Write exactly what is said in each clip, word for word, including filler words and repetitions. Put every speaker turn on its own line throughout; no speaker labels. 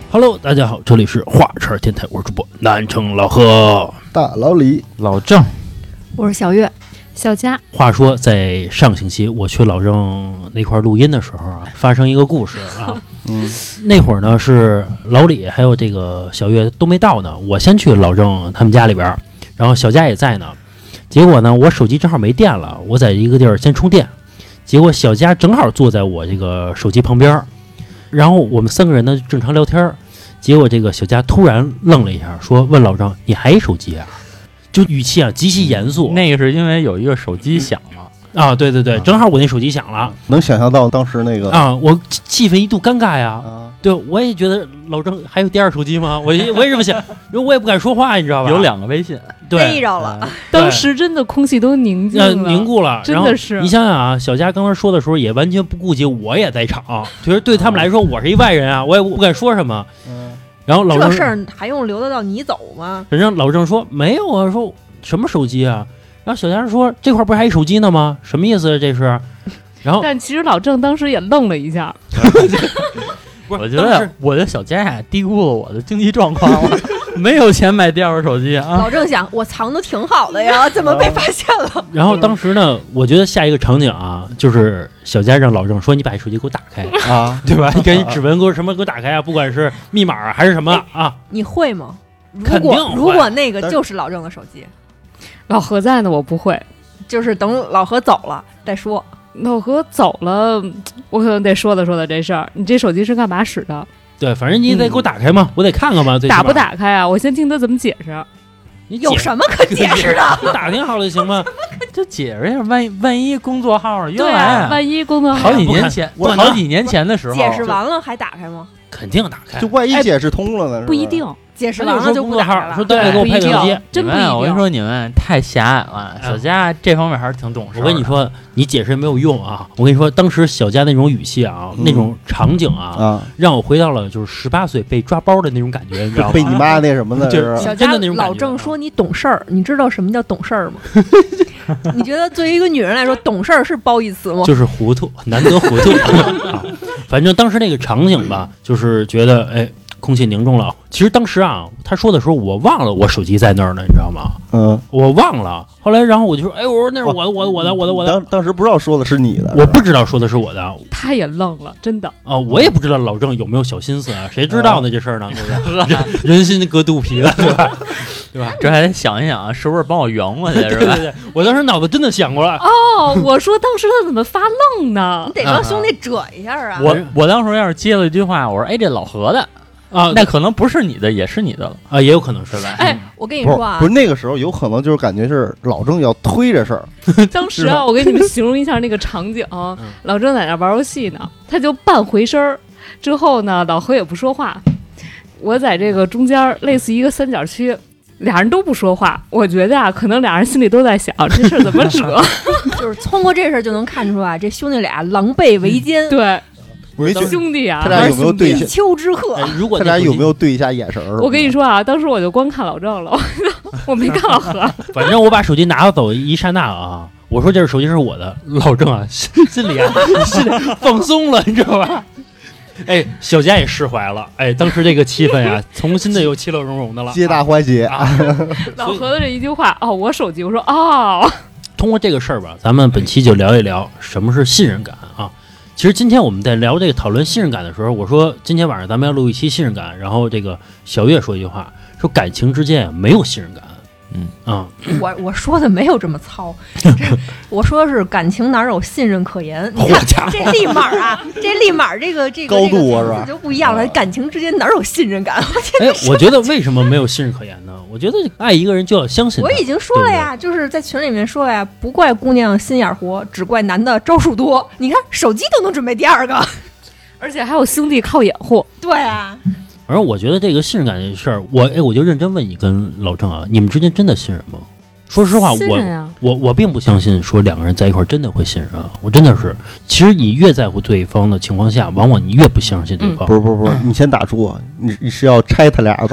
Hello， 大家好，这里是华晨电台，我是主播南城老贺，
大老李，
老郑，
我是小月，小佳。
话说在上星期我去老郑那块录音的时候啊，发生一个故事啊。嗯，那会儿呢是老李还有这个小月都没到呢，我先去老郑他们家里边，然后小佳也在呢。结果呢，我手机正好没电了，我在一个地儿先充电，结果小佳正好坐在我这个手机旁边。然后我们三个人呢正常聊天，结果这个小佳突然愣了一下，说：“问老郑，你还手机啊？”就语气啊极其严肃。
那个是因为有一个手机响了
啊，对对对，正好我那手机响了，
能想象到当时那个
啊，我气氛一度尴尬呀。
啊
对，我也觉得老郑还有第二手机吗？我我也这么想，因为我也不敢说话，你知道吧？
有两个微信，
对，
背着了。 当时真的空气都凝静
了，
了，
凝固了，
真的是。
你想想啊，小佳刚才说的时候也完全不顾及我也在场，其实对他们来说我是一外人啊，我也不敢说什么。
嗯，
然后老郑
这事儿还用留得到你走吗？
反正老郑说没有啊，说什么手机啊？然后小佳说这块不是还有手机呢吗？什么意思这是？然后
但其实老郑当时也愣了一下。
不是，
我觉得我的小佳呀低估了我的经济状况了，没有钱买第二个手机啊。
老郑想，我藏的挺好的呀，怎么被发现了？
然后当时呢，我觉得下一个场景啊，就是小佳让老郑说：“你把手机给我打开
啊，
对吧？你赶紧指纹给我什么给我打开啊，不管是密码啊还是什么啊。”
你会吗？如
肯定会
果如果那个就是老郑的手机，
老何在呢，我不会。
就是等老何走了再说。
老何走了，我可能得说的说的这事儿。你这手机是干嘛使的？
对，反正你得给我打开嘛，嗯、我得看看嘛。
打不打开啊？我先听他怎么解释。
你
有什么可解释的？
你打听好了就行吗？
就解释一下，万一万一工作号原来、
啊、万一工作号
好几年前，我好几年前的时候，
解释完了还打开吗？
肯定打开。
就万一解释通了呢？
哎、不一定。
解释完了就不打开了。
说对，给我配个手机，
真不一定。
我跟你说，你们太狭隘了。小佳这方面还是挺懂事。
我跟你说，你解释也没有用啊！我跟你说，当时小佳那种语气啊，嗯、那种场景啊，
啊，
让我回到了就是十八岁被抓包的那种感觉，你知道吗？
被你妈那什么的，
就是
小
佳的那种感觉。
老郑说你懂事儿，你知道什么叫懂事儿吗？你觉得作为一个女人来说，懂事儿是褒义词吗？
就是糊涂，难得糊涂啊！反正当时那个场景吧，就是觉得哎。空气凝重了。其实当时啊，他说的时候，我忘了我手机在那儿呢，你知道吗？
嗯，
我忘了。后来，然后我就说，哎，我说那是我的，我的，我的，我的，我的。
当当时不知道说的是你的，
我不知道说的是我的。
他也愣了，真的。
啊、哦，我也不知道老郑有没有小心思啊？谁知道呢？这事儿呢，对不对？人, 人心隔肚皮了，对吧？对吧？
这还得想一想啊，是不是帮我圆过去？是吧？
对对对，我当时脑子真的想过了。
哦，我说当时他怎么发愣呢？
你得帮兄弟遮一下啊！
我我当时要是接了一句话，我说，哎，这老何的。啊，那可能不是你的，也是你的了
啊，也有可能是吧。
哎，我跟你说啊，
不是那个时候，有可能就是感觉是老郑要推这事儿。
当时啊，我给你们形容一下那个场景，嗯、老郑在那玩游戏呢，他就半回身儿，之后呢，老何也不说话，我在这个中间，类似一个三角区，俩人都不说话。我觉得啊，可能俩人心里都在想这事儿怎么折。
就是通过这事儿就能看出啊，这兄弟俩狼狈为奸。
嗯、对。
兄
弟啊，
他俩有没有对
一丘之貉、
哎？如果
他俩有没有对一下眼神？
我跟你说啊，当时我就光看老郑了，我没看老何。
反正我把手机拿走一刹那啊，我说这是手机是我的，老郑啊，心里啊，心里放松了，你知道吧？哎，小佳也释怀了，哎，当时这个气氛呀，重新的又其乐融融的了，
皆大欢喜。
啊、
老何的这一句话，哦，我手机，我说哦。
通过这个事儿吧，咱们本期就聊一聊什么是信任感啊。其实今天我们在聊这个讨论信任感的时候，我说今天晚上咱们要录一期信任感，然后这个小月说一句话，说感情之间没有信任感。
嗯
啊、
嗯，我我说的没有这么糙，我说的是感情哪有信任可言？你看这立马啊，这立马这个这个
高度啊是吧？
就不一样了。感情之间哪有信任感？
哎，我觉得为什么没有信任可言呢？我觉得爱一个人就要相信他。
我已经说了呀，
对对
就是在群里面说呀，不怪姑娘心眼活，只怪男的招数多。你看手机都能准备第二个，
而且还有兄弟靠掩护。
对啊。
反正我觉得这个信任感这事儿，我哎，我就认真问你跟老郑啊，你们之间真的信任吗？说实话，我我我并不相信说两个人在一块儿真的会信任啊！我真的是，其实你越在乎对方的情况下，往往你越不相信对方。
嗯、不是不是不是，你先打住啊！你你是要拆他俩吧？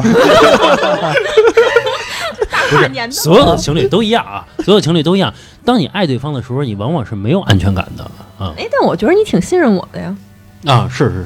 不是，所有的情侣都一样啊，所有情侣都一样。当你爱对方的时候，你往往是没有安全感的啊。
哎，但我觉得你挺信任我的呀。
啊，是是是。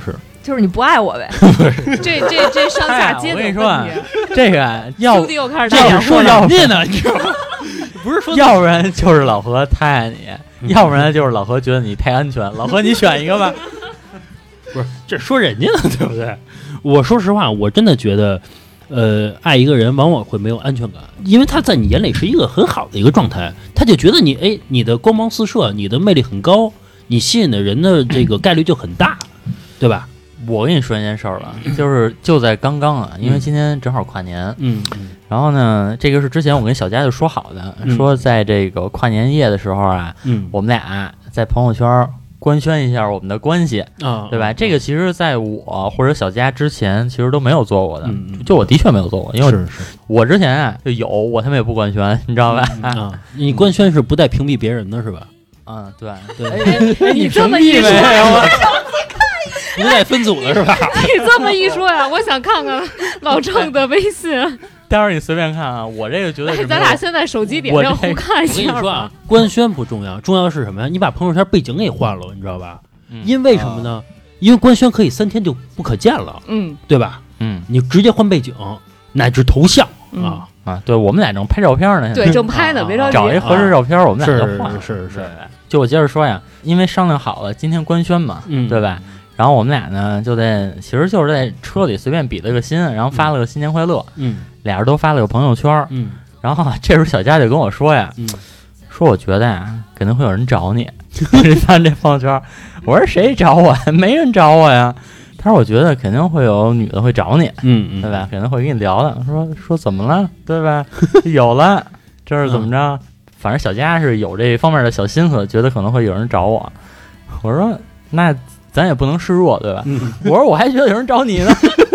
就是你不爱我呗。
这这这上下阶
我跟
等问
你说啊
题，
这个要
兄弟又开始
这
打脸了。
样说要
你呢？你知道吗？不是说
要不然就是老何太爱你，要不然就是老何觉得你太安全。老何，你选一个吧。
不是，这说人家呢，对不对？我说实话，我真的觉得，呃，爱一个人往往会没有安全感，因为他在你眼里是一个很好的一个状态，他就觉得你，哎，你的光芒四射，你的魅力很高，你吸引的人的这个概率就很大，对吧？
我跟你说一件事儿吧，就是就在刚刚啊，因为今天正好跨年，
嗯嗯
然后呢，这个是之前我跟小佳就说好的，
嗯
说在这个跨年夜的时候啊，
嗯
我们俩在朋友圈官宣一下我们的关系，
啊，
对吧？这个其实在我或者小佳之前其实都没有做过的，
嗯嗯
就我的确没有做过，因为
是是
我之前啊就有，我他妈也不官宣，你知道吧？
啊，你官宣是不带屏蔽别人的是吧？
嗯，对
对，
哎你这么一说，
不带分组的是吧？
你这么一说呀，我想看看老郑的微信。
待会儿你随便看啊，我这个绝对是
哎，
没有
咱俩现在手机点
我这
上互看一
我跟你
下吧
说啊。，官宣不重要，重要的是什么呀？你把朋友圈背景给换了，你知道吧？
嗯
因为什么呢？因为官宣可以三天就不可见了，
嗯
对吧？
嗯
你直接换背景乃至头像
嗯
啊，
啊，对我们俩正拍照片呢，现在
对，正拍呢，别着急。
找一合适照片，我们俩
是
就换。
是是
对，就我接着说呀，因为商量好了今天官宣嘛，
嗯
对吧？然后我们俩呢就在，其实就是在车里随便比了个心，然后发了个新年快乐，
嗯
俩人都发了个朋友圈。
嗯
然后这时候小佳就跟我说呀，
嗯
说我觉得呀肯定会有人找你，你看这朋友圈。我说谁找我呀？没人找我呀。他说我觉得肯定会有女的会找你，
嗯嗯，
对吧？肯定会跟你聊的。说说怎么了，对吧？有了，这是怎么着？反正小佳是有这方面的小心思，觉得可能会有人找我。我说那咱也不能示弱，对吧？
嗯
我说我还觉得有人找你呢，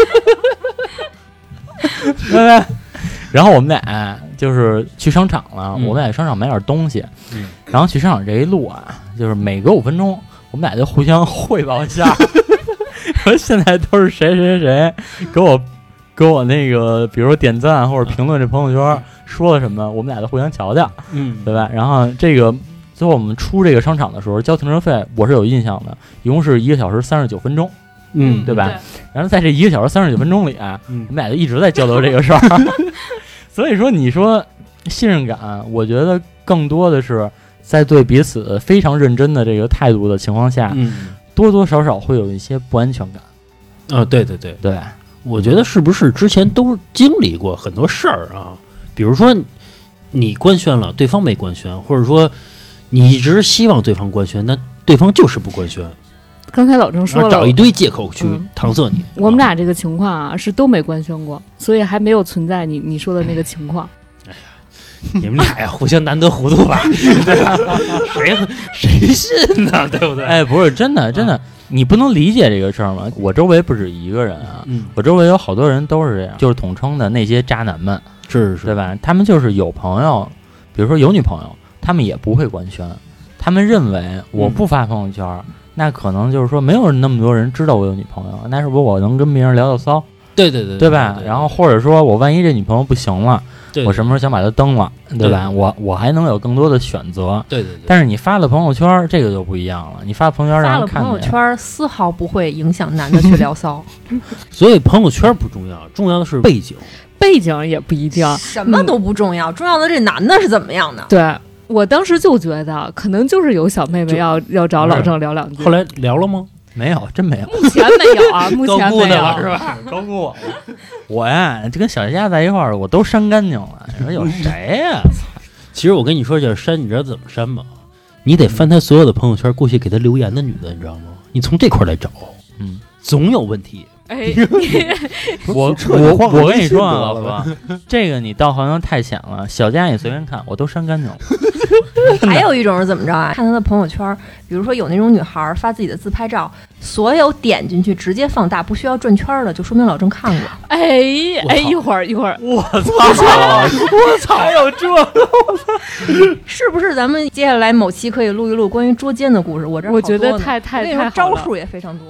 对不对？然后我们俩就是去商场了，
嗯
我们俩去商场买点东西，
嗯
然后去商场这一路啊，就是每隔五分钟，我们俩就互相汇报一下，说现在都是谁谁谁给我给我那个，比如说点赞或者评论这朋友圈说了什么，我们俩就互相瞧瞧，
嗯，
对吧？然后这个最后我们出这个商场的时候交停车费，我是有印象的，一共是一个小时三十九分钟，
嗯
对吧？然后在这一个小时三十九分钟里啊，
嗯
我们俩就一直在交流这个事儿。所以说，你说信任感，我觉得更多的是在对彼此非常认真的这个态度的情况下，
嗯
多多少少会有一些不安全感。
啊，对对对，
对，
我觉得是不是之前都经历过很多事儿啊？比如说你官宣了，对方没官宣，或者说你一直希望对方官宣，但对方就是不官宣，
刚才老郑说了，
然后找一堆借口去
嗯
搪塞你。
我们俩这个情况啊，是都没官宣过，所以还没有存在你你说的那个情况。
你们俩呀，互相难得糊涂吧？对吧？谁谁信呢？对不对？
哎，不是真的，真的，你不能理解这个事儿吗？我周围不止一个人啊，
嗯，
我周围有好多人都是这样，就是统称的那些渣男们，
是是，
对？吧？他们就是有朋友，比如说有女朋友，他们也不会官宣，他们认为我不发朋友圈，
嗯、
那可能就是说没有那么多人知道我有女朋友，那是不是我能跟别人聊聊骚？
对对对，
对吧？然后或者说我万一这女朋友不行了，
对
我什么时候想把她蹬了，对吧？
对
我我还能有更多的选择。
对对对。
但是你发了朋友圈，这个就不一样了。你发朋友圈
发了
让人看见，
朋友圈，丝毫不会影响男的去聊骚，
所以朋友圈不重要，重要的是背景。
背景也不一定，
什么都不重要，重要的这男的是怎么样的。
对我当时就觉得，可能就是有小妹妹要要找老郑聊两句。
后来聊了吗？
没有，真没有。
目前没有啊，目前
高估
没有
的了是吧？
高估我了。我呀，就跟小佳在一块儿，我都删干净了。你说有谁呀？
其实我跟你说，这删你知道怎么删吗？你得翻他所有的朋友圈，过去给他留言的女的，你知道吗？你从这块儿来找，
嗯，
总有问题。
哎，
我
彻底
我
换个微信
我跟你说啊，
得
老
了
婆，这个你道行又太浅了。小佳你随便看，我都删干净了。
还有一种是怎么着啊？看他的朋友圈，比如说有那种女孩发自己的自拍照，所有点进去直接放大，不需要转圈的，就说明老郑看过。
哎哎，一会儿一会儿，
我操！我操！还有这？
是不是咱们接下来某期可以录一录关于捉奸的故事？我这
我觉得
好多呢
太太
我跟你说
太好了
招数也非常多。
不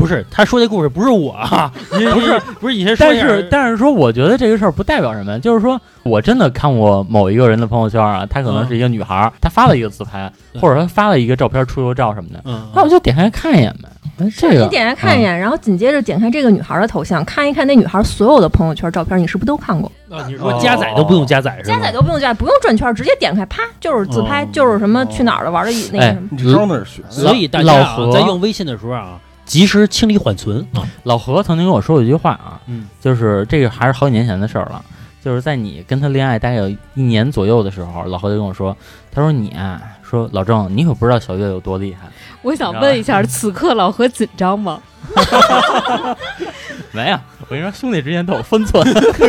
不是，他说这故事不是我啊，不是不是，你先说
但是但是说，我觉得这个事儿不代表什么，就是说我真的看过某一个人的朋友圈啊，她可能是一个女孩，她发了一个自拍，或者她发了一个照片出游照什么的，
嗯，
那我就点开看一眼呗。这个
你点开看一眼，然后紧接着点开这个女孩的头像，看一看那女孩所有的朋友圈照片，你是不是都看过？
啊，你说加载都不用加载是吧？
加载都不用加，不用转圈，直接点开，啪就是自拍，就是什么去哪儿了玩的那个什么。
你知道那是学的，
所以大家啊，在用微信的时候啊，及时清理缓存啊。
老何曾经跟我说过一句话啊，
嗯，
就是这个还是好几年前的事儿了。就是在你跟他恋爱大概有一年左右的时候，老何就跟我说，他说你啊，说老郑，你可不知道小月有多厉害。
我想问一下，此刻老何紧张吗？
没有，我跟你说，兄弟之间都有分寸。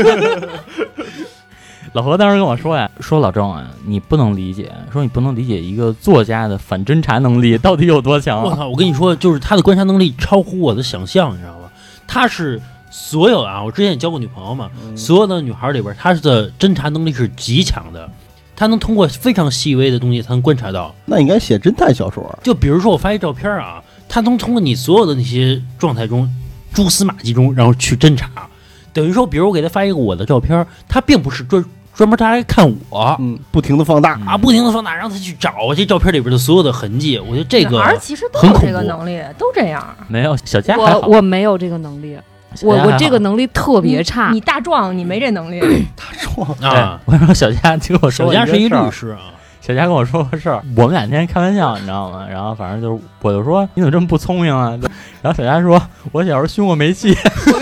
老何当时跟我说呀，说老郑啊，你不能理解，说你不能理解一个作家的反侦查能力到底有多强。
我靠，我跟你说，就是他的观察能力超乎我的想象，你知道吧？他是所有啊，我之前也交过女朋友嘛，
嗯、
所有的女孩里边，她的侦查能力是极强的，她能通过非常细微的东西，她能观察到。
那应该写侦探小说。
就比如说我发一照片啊，她能通过你所有的那些状态中、蛛丝马迹中，然后去侦查。等于说，比如我给她发一个我的照片，她并不是专专门她来看我，
嗯，不停的放大、
啊，不停的放大，让她去找这照片里边的所有的痕迹。我觉得这个
女孩其实都有这个能力，都这样。
没有小佳
我我没有这个能力。我我这个能力特别差，
你, 你大壮，你没这能力。
大壮
啊！
我说小佳听我说，
小佳是一律师啊。
小佳跟我说个事儿，我们俩天天开玩笑，你知道吗？然后反正就是，我就说你怎么这么不聪明啊？然后小佳说，我小时候凶过煤气。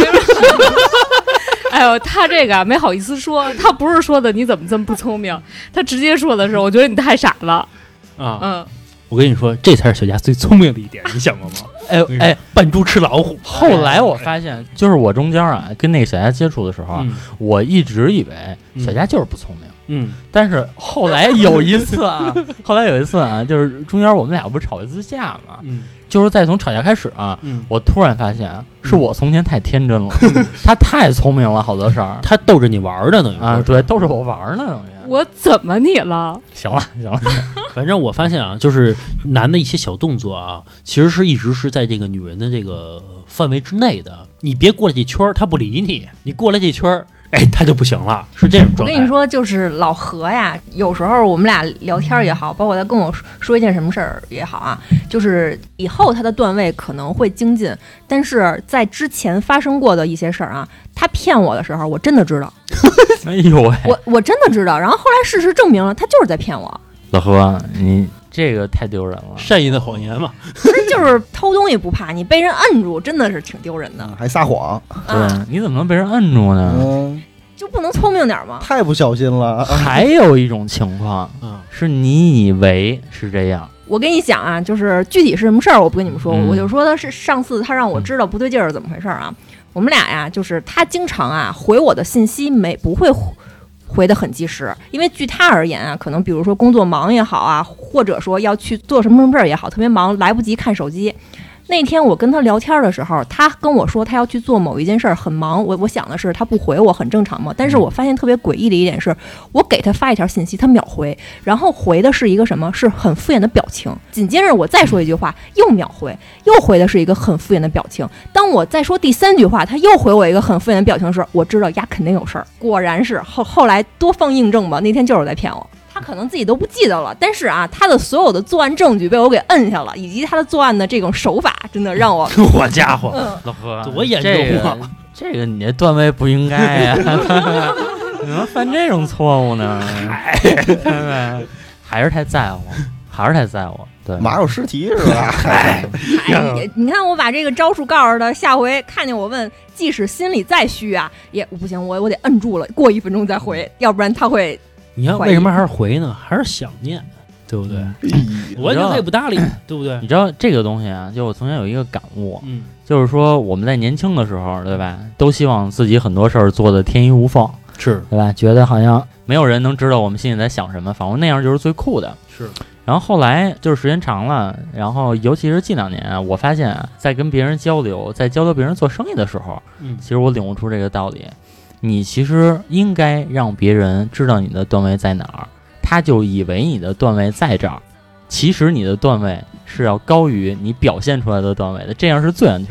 哎呦，他这个没好意思说，他不是说的你怎么这么不聪明，他直接说的是，我觉得你太傻了
啊。
嗯。
我跟你说，这才是小佳最聪明的一点，你想过吗？
哎哎，
扮猪吃老虎。
后来我发现，就是我中间啊，跟那个小佳接触的时候啊，
嗯、
我一直以为小佳就是不聪明。
嗯，
但是后来有一次啊，后来有一次啊，就是中间我们俩不是吵一次架嘛，
嗯，
就是在从吵架开始啊，
嗯，
我突然发现是我从前太天真了，他太聪明了，好多事儿，
他逗着你玩的呢
啊，对，逗着我玩呢，等于。
我怎么你了？
行了行了，
反正我发现啊，就是男的一些小动作啊，其实是一直是在这个女人的这个范围之内的。你别过了这圈儿，他不理你；你过了这圈儿，哎，他就不行了，是这种状态。
我跟你说，就是老何呀，有时候我们俩聊天也好，包括他跟我说一件什么事儿也好啊，就是以后他的段位可能会精进，但是在之前发生过的一些事儿啊，他骗我的时候，我真的知道。
哎呦喂，
我我真的知道。然后后来事实证明了，他就是在骗我。
老何，你这个太丢人了，
善意的谎言嘛，
不是就是偷东西不怕，你被人摁住，真的是挺丢人的，
还撒谎。
对，啊、你怎么能被人摁住呢？
嗯，
就不能聪明点吗？
太不小心了。
还有一种情况，嗯，是你以为是这样。
我跟你讲啊，就是具体是什么事儿，我不跟你们说，
嗯、
我就说的是上次他让我知道不对劲儿是怎么回事啊。我们俩呀，就是他经常啊回我的信息没不会回得很及时，因为据他而言啊，可能比如说工作忙也好啊，或者说要去做什么什么事儿也好，特别忙来不及看手机。那天我跟他聊天的时候，他跟我说他要去做某一件事儿，很忙。我我想的是他不回我很正常嘛，但是我发现特别诡异的一点是，我给他发一条信息，他秒回，然后回的是一个什么？是很敷衍的表情。紧接着我再说一句话，又秒回，又回的是一个很敷衍的表情。当我再说第三句话，他又回我一个很敷衍的表情时，我知道呀肯定有事儿。果然是后后来多方印证吧，那天就是在骗我。他可能自己都不记得了，但是啊，他的所有的作案证据被我给摁下了，以及他的作案的这种手法，真的让我，
我家伙，
嗯、
老何
多严重啊！
这个、这个你这段位不应该呀、啊，怎么犯这种错误呢？还是太在乎，还是太在乎。对，
马有尸体是吧？
哎，你你看我把这个招数告诉他，下回看见我问，即使心里再虚啊，也不行，我我得摁住了，过一分钟再回，要不然他会。
你看为什么还是回呢？还是想念，对不对？我就他也不搭理，对不对？
你知道这个东西啊，就我从前有一个感悟，
嗯，
就是说我们在年轻的时候，对吧，都希望自己很多事儿做的天衣无缝，
是
对吧？觉得好像没有人能知道我们心里在想什么，仿佛那样就是最酷的。
是。
然后后来就是时间长了，然后尤其是近两年啊，我发现啊，在跟别人交流，在交流别人做生意的时候，
嗯，
其实我领悟出这个道理。你其实应该让别人知道你的段位在哪儿，他就以为你的段位在这儿，其实你的段位是要高于你表现出来的段位的，这样是最安全的。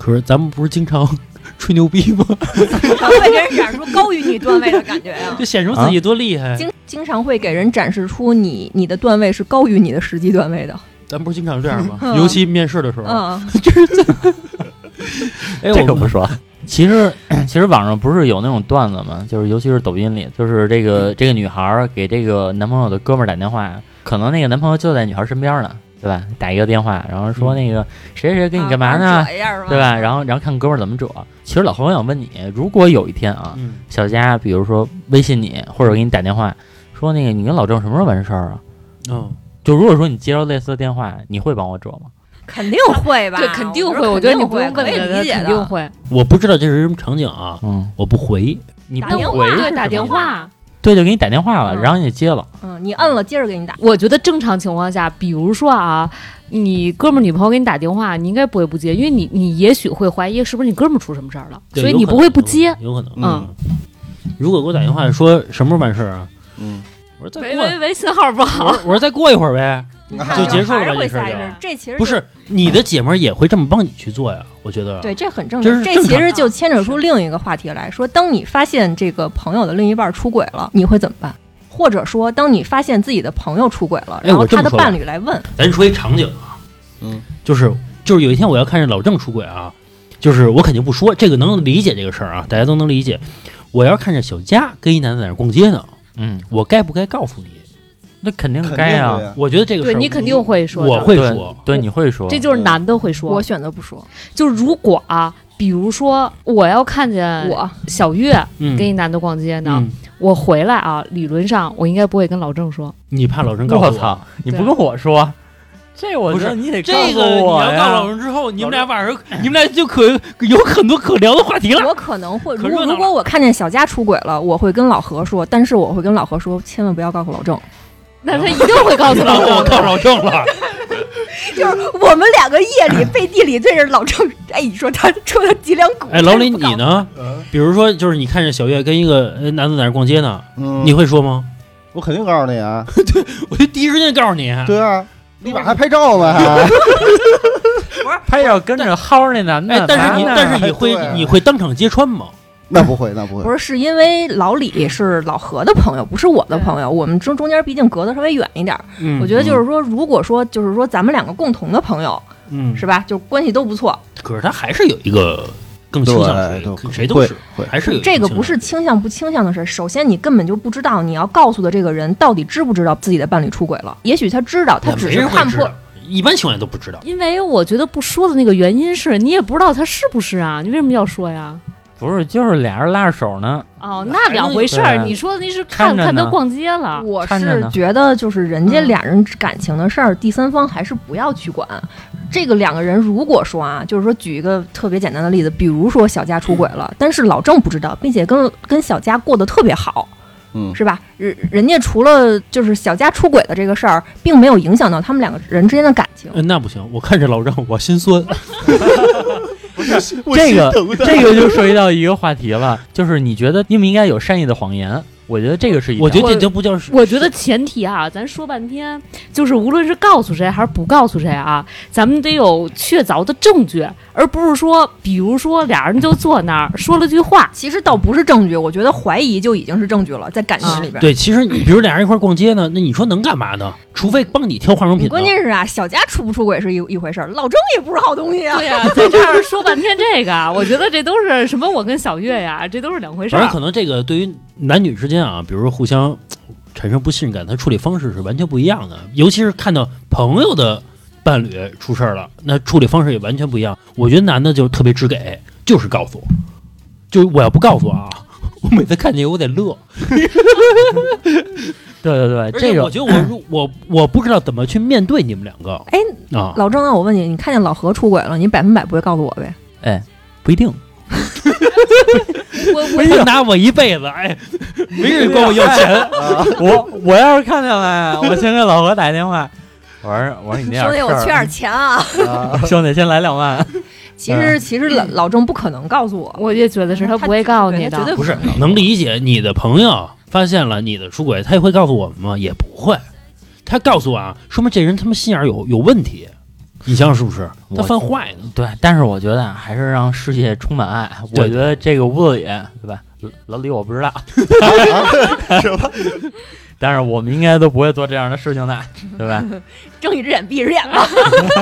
可是咱们不是经常吹牛逼吗？
会给人展示出高于你段位的感觉呀、啊，
就显出自己多厉害。
经经常会给人展示出你你的段位是高于你的实际段位的。
咱不是经常这样吗？
嗯、
尤其面试的时候，
嗯，
就是这。哎，
这个不说。其实，其实网上不是有那种段子吗？就是尤其是抖音里，就是这个这个女孩给这个男朋友的哥们儿打电话，可能那个男朋友就在女孩身边呢，对吧？打一个电话，然后说那个谁谁谁跟你干嘛呢？
啊、
对吧？然后然后看哥们儿怎么褶。其实老何，我想问你，如果有一天啊，
嗯、
小佳比如说微信你，或者给你打电话，说那个你跟老郑什么时候完事儿啊？
嗯，
就如果说你接到类似的电话，你会帮我折吗？
肯定会吧，
对，肯定会。
我
觉得你不用问
可以理解的，
肯定会。
我不知道这是什么场景啊，
嗯，
我不回，
你不回，
对，打电话，
对，就给你打电话了，
嗯、
然后你接了，
嗯，你摁了，接着给你打。
我觉得正常情况下，比如说啊，你哥们儿女朋友给你打电话，你应该不会不接，因为你你也许会怀疑是不是你哥们儿出什么事儿了，所以你不会不接，
有可能，
嗯。
如果给我打电话说什么时候完事儿啊？嗯，我说再过，
喂喂喂，信号不好。
我说我说再过一会儿呗。就结束了吧，这事
就这其实
不是你的姐们儿也会这么帮你去做呀，我觉得
对，这很正常。这其实就牵扯出另一个话题来说，当你发现这个朋友的另一半出轨了，你会怎么办？或者说，当你发现自己的朋友出轨了，然后他的伴侣来问，
咱说一场景啊，嗯，就是就是有一天我要看见老郑出轨啊，就是我肯定不说，这个能理解这个事儿啊，大家都能理解。我要看着小佳跟一男的在那逛街呢，
嗯，
我该不该告诉你？
那肯定该啊！
我觉得这个事儿
对你肯定会说，
我会说，
对你会说，
这就是男的会说。
我选择不说。
就是如果啊，比如说我要看见
我
小月跟一男的逛街呢，
嗯、
我回来啊，理论上我应该不会跟老郑说。
你怕老郑告诉我？
我操！你不跟我说，这我觉得你得告诉我呀。
这个你要告老郑之后，你们俩晚上你们俩就可有很多可聊的话题了。
我可能会，如果如果我看见小佳出轨了，我会跟老何说，但是我会跟老何说，千万不要告诉老郑。
那他一定会告诉老郑，
我告老郑了。
就是我们两个夜里背地里对着老郑，哎，你说他说他脊梁骨。
哎，老李你呢？比如说，就是你看着小月跟一个男的在那逛街呢，
嗯、
你会说吗？
我肯定告诉你啊！
对，我就第一时间告诉你。
对啊，立马还拍照呢，还
不是拍照跟着薅那男的。
哎，但是你但是你会你会当场揭穿吗？
那不会，那不会。
不是，是因为老李是老何的朋友，不是我的朋友，我们中中间毕竟隔得稍微远一点。
嗯，
我觉得就是说，如果说就是说咱们两个共同的朋友，
嗯，
是吧？就关系都不错。
可是他还是有一个更倾向谁，谁都是，还是有
这个不是倾向不倾向的事。首先，你根本就不知道你要告诉的这个人到底知不知道自己的伴侣出轨了。也许他知道，他只是看破。
一般情况下都不知道。
因为我觉得不说的那个原因是你也不知道他是不是啊，你为什么要说呀？
不是，就是俩人拉着手呢。
哦，那两回事儿。你说的那是看看他逛街了。
我是觉得，就是人家俩人感情的事儿，第三方还是不要去管。这个两个人如果说啊，就是说举一个特别简单的例子，比如说小佳出轨了，但是老郑不知道，并且跟跟小佳过得特别好。
嗯，
是吧？人人家除了就是小佳出轨的这个事儿，并没有影响到他们两个人之间的感情。
嗯，那不行，我看着老郑，我心酸。
不是这个，这个就涉及到一个话题了，就是你觉得应不应该有善意的谎言？我觉得这个是一，
我觉得这就不叫。
我觉得前提啊，咱说半天，就是无论是告诉谁还是不告诉谁啊，咱们得有确凿的证据，而不是说，比如说俩人就坐那儿说了句话，
其实倒不是证据，我觉得怀疑就已经是证据了，在感情里边。
啊、对，其实你比如俩人一块逛街呢，那你说能干嘛呢？除非帮你挑化妆品。
关键是啊，小佳出不出轨是一一回事，老郑也不是好东西啊。
对呀、啊，在这儿说半天这个，我觉得这都是什么？我跟小月呀，这都是两回事。
反正可能这个对于男女之间啊，比如说互相产生不信任感，他处理方式是完全不一样的。尤其是看到朋友的伴侣出事了，那处理方式也完全不一样。我觉得男的就特别直给，就是告诉我，就我要不告诉我啊，我每次看见我得乐。
对对对，这个
我觉得我我我不知道怎么去面对你们两个。
哎
啊，
老郑啊，我问你，你看见老何出轨了，你百分百不会告诉我呗？
哎，不一定。
我
我拿我一辈子，哎，没人管我要钱。
我我要是看见了，我先给老何打电话，我说我说你那样，
兄弟，我缺点钱啊，
兄弟先来两万。
其实其实老老郑不可能告诉我，
我也觉得是他不会告诉你的，
绝对
不是能理解你的朋友发现了你的出轨，他也会告诉我们吗？也不会，他告诉我啊，说明这人他妈心眼有有问题。 你想想是不是？
我
他犯坏呢？
对，但是我觉得还是让世界充满爱。
对
我觉得这个屋子里，对吧？老李我不知道，
是吧？
但是我们应该都不会做这样的事情的，对吧？
睁一只眼闭一只眼吧。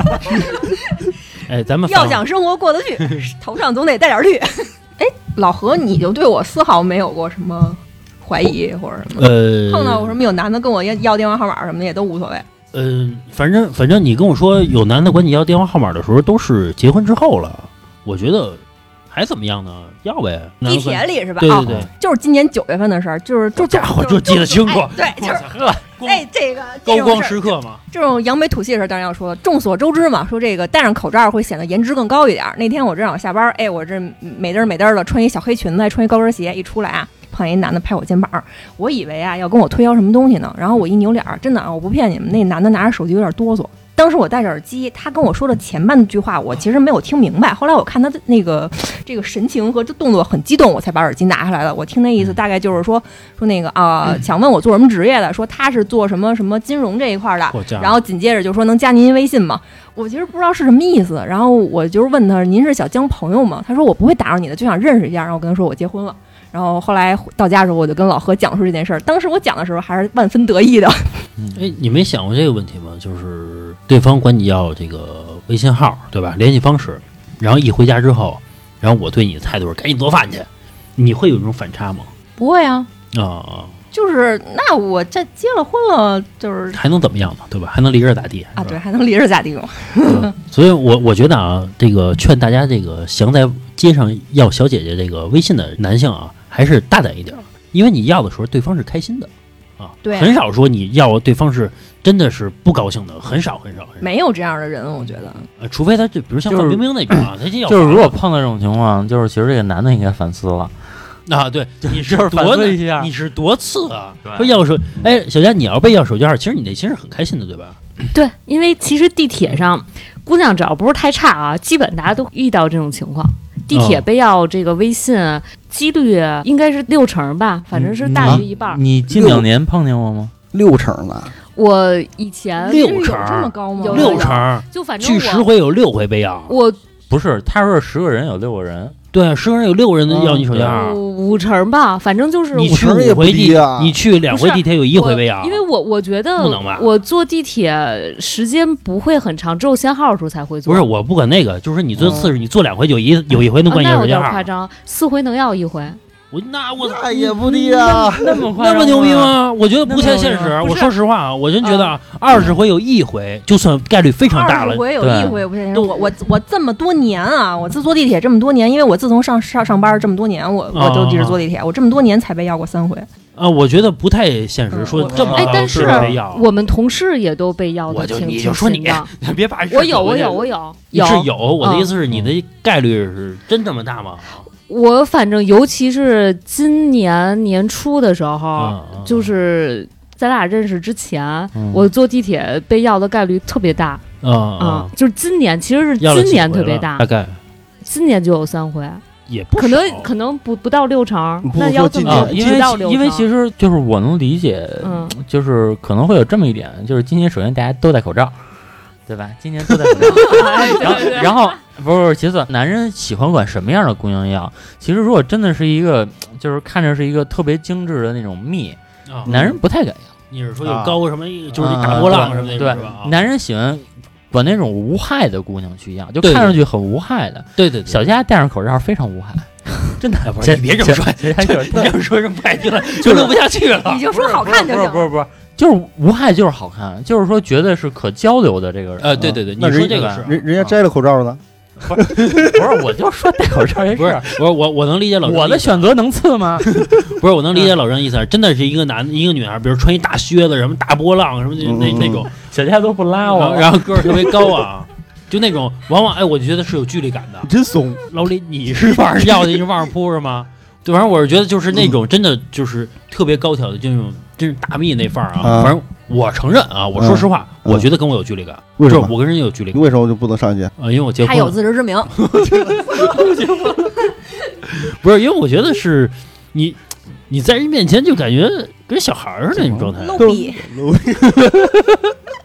哎，咱们
要想生活过得去，头上总得带点绿。哎，老何，你就对我丝毫没有过什么怀疑或者什么？
呃，
碰到过什么有男的跟我要要电话号码什么的也都无所谓。
呃，反正反正你跟我说有男的管你要电话号码的时候，都是结婚之后了。我觉得还怎么样呢？要呗。
地铁里是吧？
对对对，
哦，就是今年九月份的事儿，就是就
家伙就记得清楚。
哎对，就是
呵，
哎，这个
高光
这种事儿
时刻嘛。
这种扬眉吐气的事儿当然要说了。众所周知嘛，说这个戴上口罩会显得颜值更高一点儿。那天我正好下班，哎，我这美嘚儿美嘚儿的，穿一小黑裙子，穿一高跟鞋，一出来啊，碰见一男的拍我肩膀，我以为啊要跟我推销什么东西呢，然后我一扭脸儿，真的啊，我不骗你们，那男的拿着手机有点哆嗦。当时我戴着耳机，他跟我说的前半句话我其实没有听明白，后来我看他的那个这个神情和这动作很激动，我才把耳机拿下来了。我听那意思大概就是说说那个啊、呃，想问我做什么职业的，说他是做什么什么金融这一块的，然后紧接着就说能加您微信吗？我其实不知道是什么意思，然后我就是问他您是想交朋友吗？他说我不会打扰你的，就想认识一下。然后我跟他说我结婚了。然后后来到家的时候，我就跟老何讲述这件事儿。当时我讲的时候还是万分得意的。
哎，你没想过这个问题吗？就是对方管你要这个微信号，对吧？联系方式，然后一回家之后，然后我对你的态度是赶紧做饭去，你会有这种反差吗？
不会啊，
啊，
就是那我这结了婚了，就是
还能怎么样呢？对吧？还能离着咋地
啊？对，还能离着咋地吗？
嗯、所以我我觉得啊，这个劝大家，这个想在街上要小姐姐这个微信的男性啊，还是大胆一点，因为你要的时候对方是开心的啊，
对，
很少说你要对方是真的是不高兴的，很少很少，很少
没有这样的人，我觉得，
呃，除非他就比如像范冰冰那种啊，他就要
就是如果碰到这种情况，就是其实这个男的应该反思了。
啊，对，你是
反
多
思一下，
你是多次啊？说要手，哎，小佳，你要被要手机号，其实你内心是很开心的，对吧？
对，因为其实地铁上，姑娘只要不是太差啊，基本大家都遇到这种情况。地铁被要这个微信，哦、几率应该是六成吧，反正是大于一半。
嗯、你近两年碰见过吗？
六成呢？
我以前
六成
这么高吗？
有
六成，
就反正
去十回有六回被要。
我
不是，他说十个人有六个人。
对，十个人有六个人要你手机号，
五成吧，反正就是
你去五回地，你去两回地铁有一回被要，
因为我我觉得
不能吧，
我坐地铁时间不会很长，只有限号的时候才会坐。
不是，我不管那个，就是你坐次数，你坐两回就一有一回能管你手机号，
那有点夸张，四回能要一回。
我那我
那也不低啊，
那么
那么牛逼吗？我觉得不太现实。我说实话啊，我真觉得啊，二十回有一回，就算概率非常大了。
二十回有一回不太现实。我我我这么多年啊，我自坐地铁这么多年，因为我自从上上上班这么多年，我我就一直坐地铁，我这么多年才被要过三回。
啊，我觉得不太现实，说这么
哎，但是
被要，
我们同事也都被要的，
我就你就说你别把
我有我有我有有
是有，我的意思是你的概率是真这么大吗？
我反正尤其是今年年初的时候，
嗯嗯、
就是咱俩认识之前，嗯、我坐地铁被要的概率特别大。
啊、嗯、啊、
嗯！就是今年，其实是今年特别大，
大概
今年就有三回，
也不
可能可能不不到六成，那要这么
因为因为其实就是我能理解，
嗯，
就是可能会有这么一点，就是今年首先大家都戴口罩。对吧？今年都戴口罩，然后然后不是不是，其次，男人喜欢管什么样的姑娘要？其实如果真的是一个，就是看着是一个特别精致的那种蜜，
啊、
男人不太敢要。
你是说有高什么，啊、就是大波浪什么的，
对，
是吧？
男人喜欢管那种无害的姑娘去要，就看上去很无害的。
对对对，
小佳戴上口罩非常无害。真的，
不是你别这么说，你这么说人不爱听了，就录不下去了。
你就说好看就行。
不是不是，就是无害就是好看，就是说绝对是可交流的这个人。
呃，对对对，你说这个是
人人家摘了口罩呢。
不是不是，我就说戴口罩也
不是，不是我我能理解老郑，
我的选择能次吗？
不是，我能理解老郑意思，真的是一个男一个女孩，比如穿一大靴子，什么大波浪什么那那种，
小佳都不拉我，
然后个儿特别高啊。就那种，往往哎，我就觉得是有距离感的。
真松，
老李，你是往上要的，你是往上扑是吗？对，反正我是觉得就是那种真的就是特别高挑的，就那种真是大蜜那范儿啊。
啊
反正我承认啊，我说实话，
嗯、
我觉得跟我有距离感。
为什么？
我跟人家有距离感。
你为什么就不能上去
啊？因为我结婚了。
他有自知之明。
不是，因为我觉得是你你在人面前就感觉跟小孩似的那种状态。
low 逼。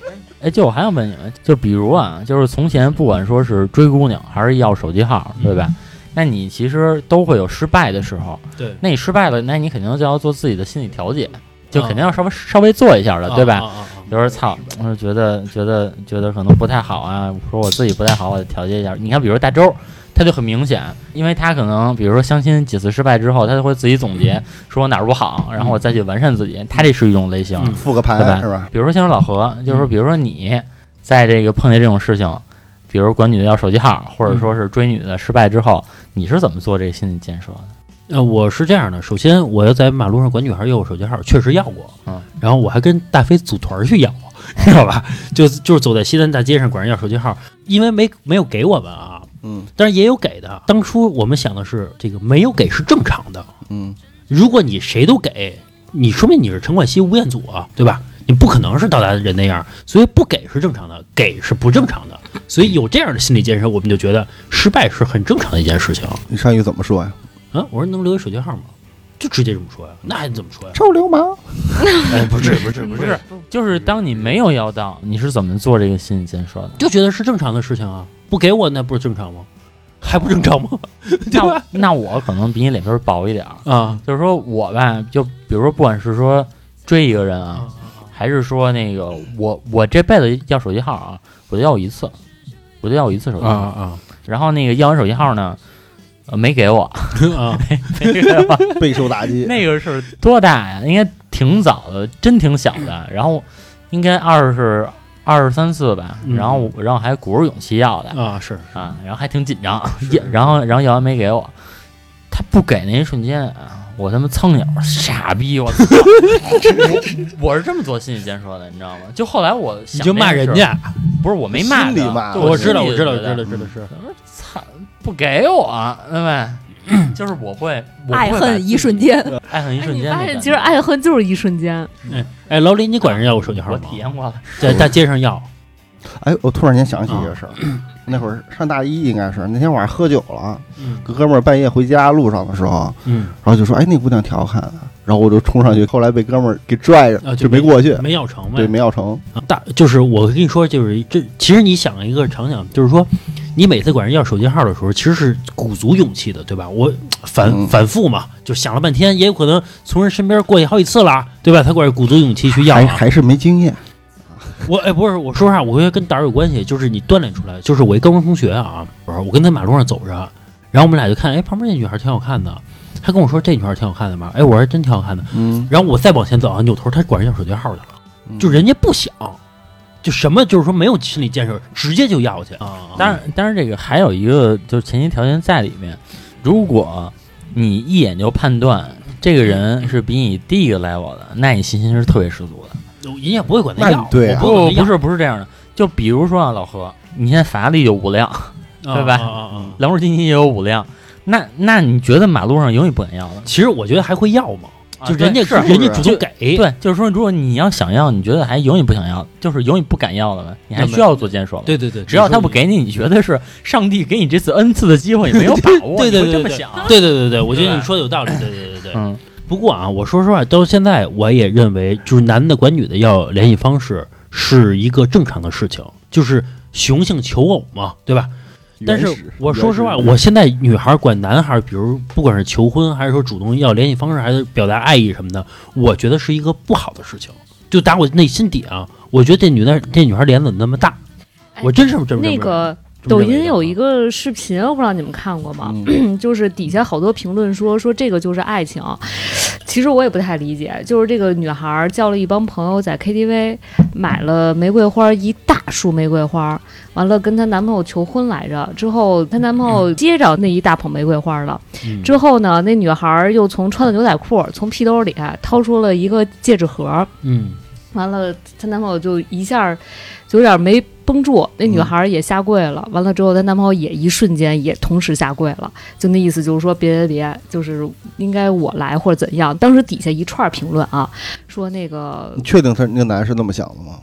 哎，就我还想问你们，就比如啊，就是从前不管说是追姑娘还是要手机号，对吧？嗯、那你其实都会有失败的时候。
对，
那你失败了，那你肯定就要做自己的心理调节，就肯定要稍微、啊、稍微做一下的，对吧？
啊啊啊
比如说操，我觉得觉得觉得可能不太好啊，说我自己不太好，我得调节一下。你看，比如大周。他就很明显，因为他可能比如说相亲几次失败之后，他就会自己总结，说我哪儿不好，然后我再去完善自己。他这是一种类型，
复个盘
对吧？
是吧？
比如说像老何，就是说，比如说你在这个碰见这种事情，比如管女的要手机号，或者说是追女的失败之后，你是怎么做这个心理建设的？
呃，我是这样的，首先我要在马路上管女孩要我手机号，确实要过，
嗯，
然后我还跟大飞组团去要。知道吧？就就是走在西单大街上管人要手机号，因为没没有给我们啊，
嗯，
但是也有给的。当初我们想的是，这个没有给是正常的，
嗯，
如果你谁都给，你说明你是陈冠希、吴彦祖啊，对吧？你不可能是到达人那样，所以不给是正常的，给是不正常的。所以有这样的心理建设，我们就觉得失败是很正常的一件事情。
你上去怎么说呀？
啊，我说能留一手机号吗？就直接这么说呀，那还怎么说呀？
臭流氓！
哎，不是不是不是，
就是当你没有要到，你是怎么做这个心理建设的？
就觉得是正常的事情啊，不给我那不是正常吗？还不正常吗？对吧？
那那我可能比你脸皮薄一点
啊，
就是说我吧，就比如说不管是说追一个人啊，还是说那个我我这辈子要手机号啊，我就要一次，我就要一次手机号
啊啊，
然后那个要完手机号呢。呃，没给我
啊，
没给我，
备受打击。
那个是多大呀？应该挺早的，真挺小的。然后应该二十二十三四吧。
嗯、
然后然后还鼓着勇气要的
啊，是
啊，然后还挺紧张。然后然后要完没给我，他不给那一瞬间啊，我他妈蹭鸟傻逼！我操！我我是这么做心理建设的，你知道吗？就后来我想，
你就骂人家，
不是我没骂
心里骂，
我知道我知道知道知道是。
操！不给我，对吧？就是我会，我
爱恨一瞬间，
爱恨一瞬间。
你发现其实爱恨就是一瞬间。
哎哎，老李，你管人要我手机号吗？
我体验过了，
在大街上要。
哎，我突然间想起一个事儿，那会儿上大一应该是那天晚上喝酒了，
嗯，
哥们儿半夜回家路上的时候，
嗯，
然后就说：“哎，那姑娘挺好看的。”然后我就冲上去，后来被哥们儿给拽着，
啊、
就没过去，
没要成呗。
对，没要成。
大就是我跟你说，就是这其实你想一个场景，就是说。你每次管人要手机号的时候，其实是鼓足勇气的，对吧？我反、嗯、反复嘛，就想了半天，也有可能从人身边过去好几次了，对吧？他管鼓足勇气去要、啊，
还还是没经验。
我哎，不是，我说实话，我觉得跟胆儿有关系，就是你锻炼出来。就是我一高中同学啊，不是，我跟他马路上走着，然后我们俩就看，哎，旁边那女孩挺好看的，他跟我说这女孩挺好看的嘛，哎，我说真挺好看的，
嗯，
然后我再往前走啊，扭头他管人要手机号去了，
嗯、
就人家不想。就什么就是说没有心理建设，直接就要去啊！
当然，当然这个还有一个就是前提条件在里面。如果你一眼就判断这个人是比你低一个 level 的，那你信心是特别十足的。
人家不会管他要，
对、啊，
不不是不是这样的。就比如说啊，老何，你现在法拉利有五辆，对吧？
啊啊啊、
兰博基尼也有五辆，那那你觉得马路上永远不敢要的？
其实我觉得还会要嘛。就人家、
啊、是
人家主动给，
对，就是说，如果你要想要，你觉得还永远不想要，就是永远不敢要了呢，你还需要做建设。
对对对，
只要他不给你，你觉得是上帝给你这次 n 次的机会，你没有把握，
对对对，
这么想。
对对对对，我觉得你说的有道理。对对对对，
嗯。
不过啊，我说实话，到现在我也认为，就是男的管女的要联系方式是一个正常的事情，就是雄性求偶嘛，对吧？但是我说实话，我现在女孩管男孩，比如不管是求婚，还是说主动要联系方式，还是表达爱意什么的，我觉得是一个不好的事情。就打我内心底啊，我觉得这女的这女孩脸怎么那么大？我真是这么
那个抖音有一个视频，我不知道你们看过吗？嗯、就是底下好多评论说说这个就是爱情。其实我也不太理解，就是这个女孩叫了一帮朋友在 K T V 买了玫瑰花，一大束玫瑰花，完了跟她男朋友求婚来着。之后她男朋友接着那一大捧玫瑰花了，
嗯、
之后呢，那女孩又从穿的牛仔裤从屁兜里掏出了一个戒指盒，
嗯，
完了她男朋友就一下就有点没绷住，那女孩也下跪了。完了之后，她男朋友也一瞬间也同时下跪了，就那意思就是说别别别，就是应该我来或者怎样。当时底下一串评论啊，说那个
你确定他那个男是那么想的吗？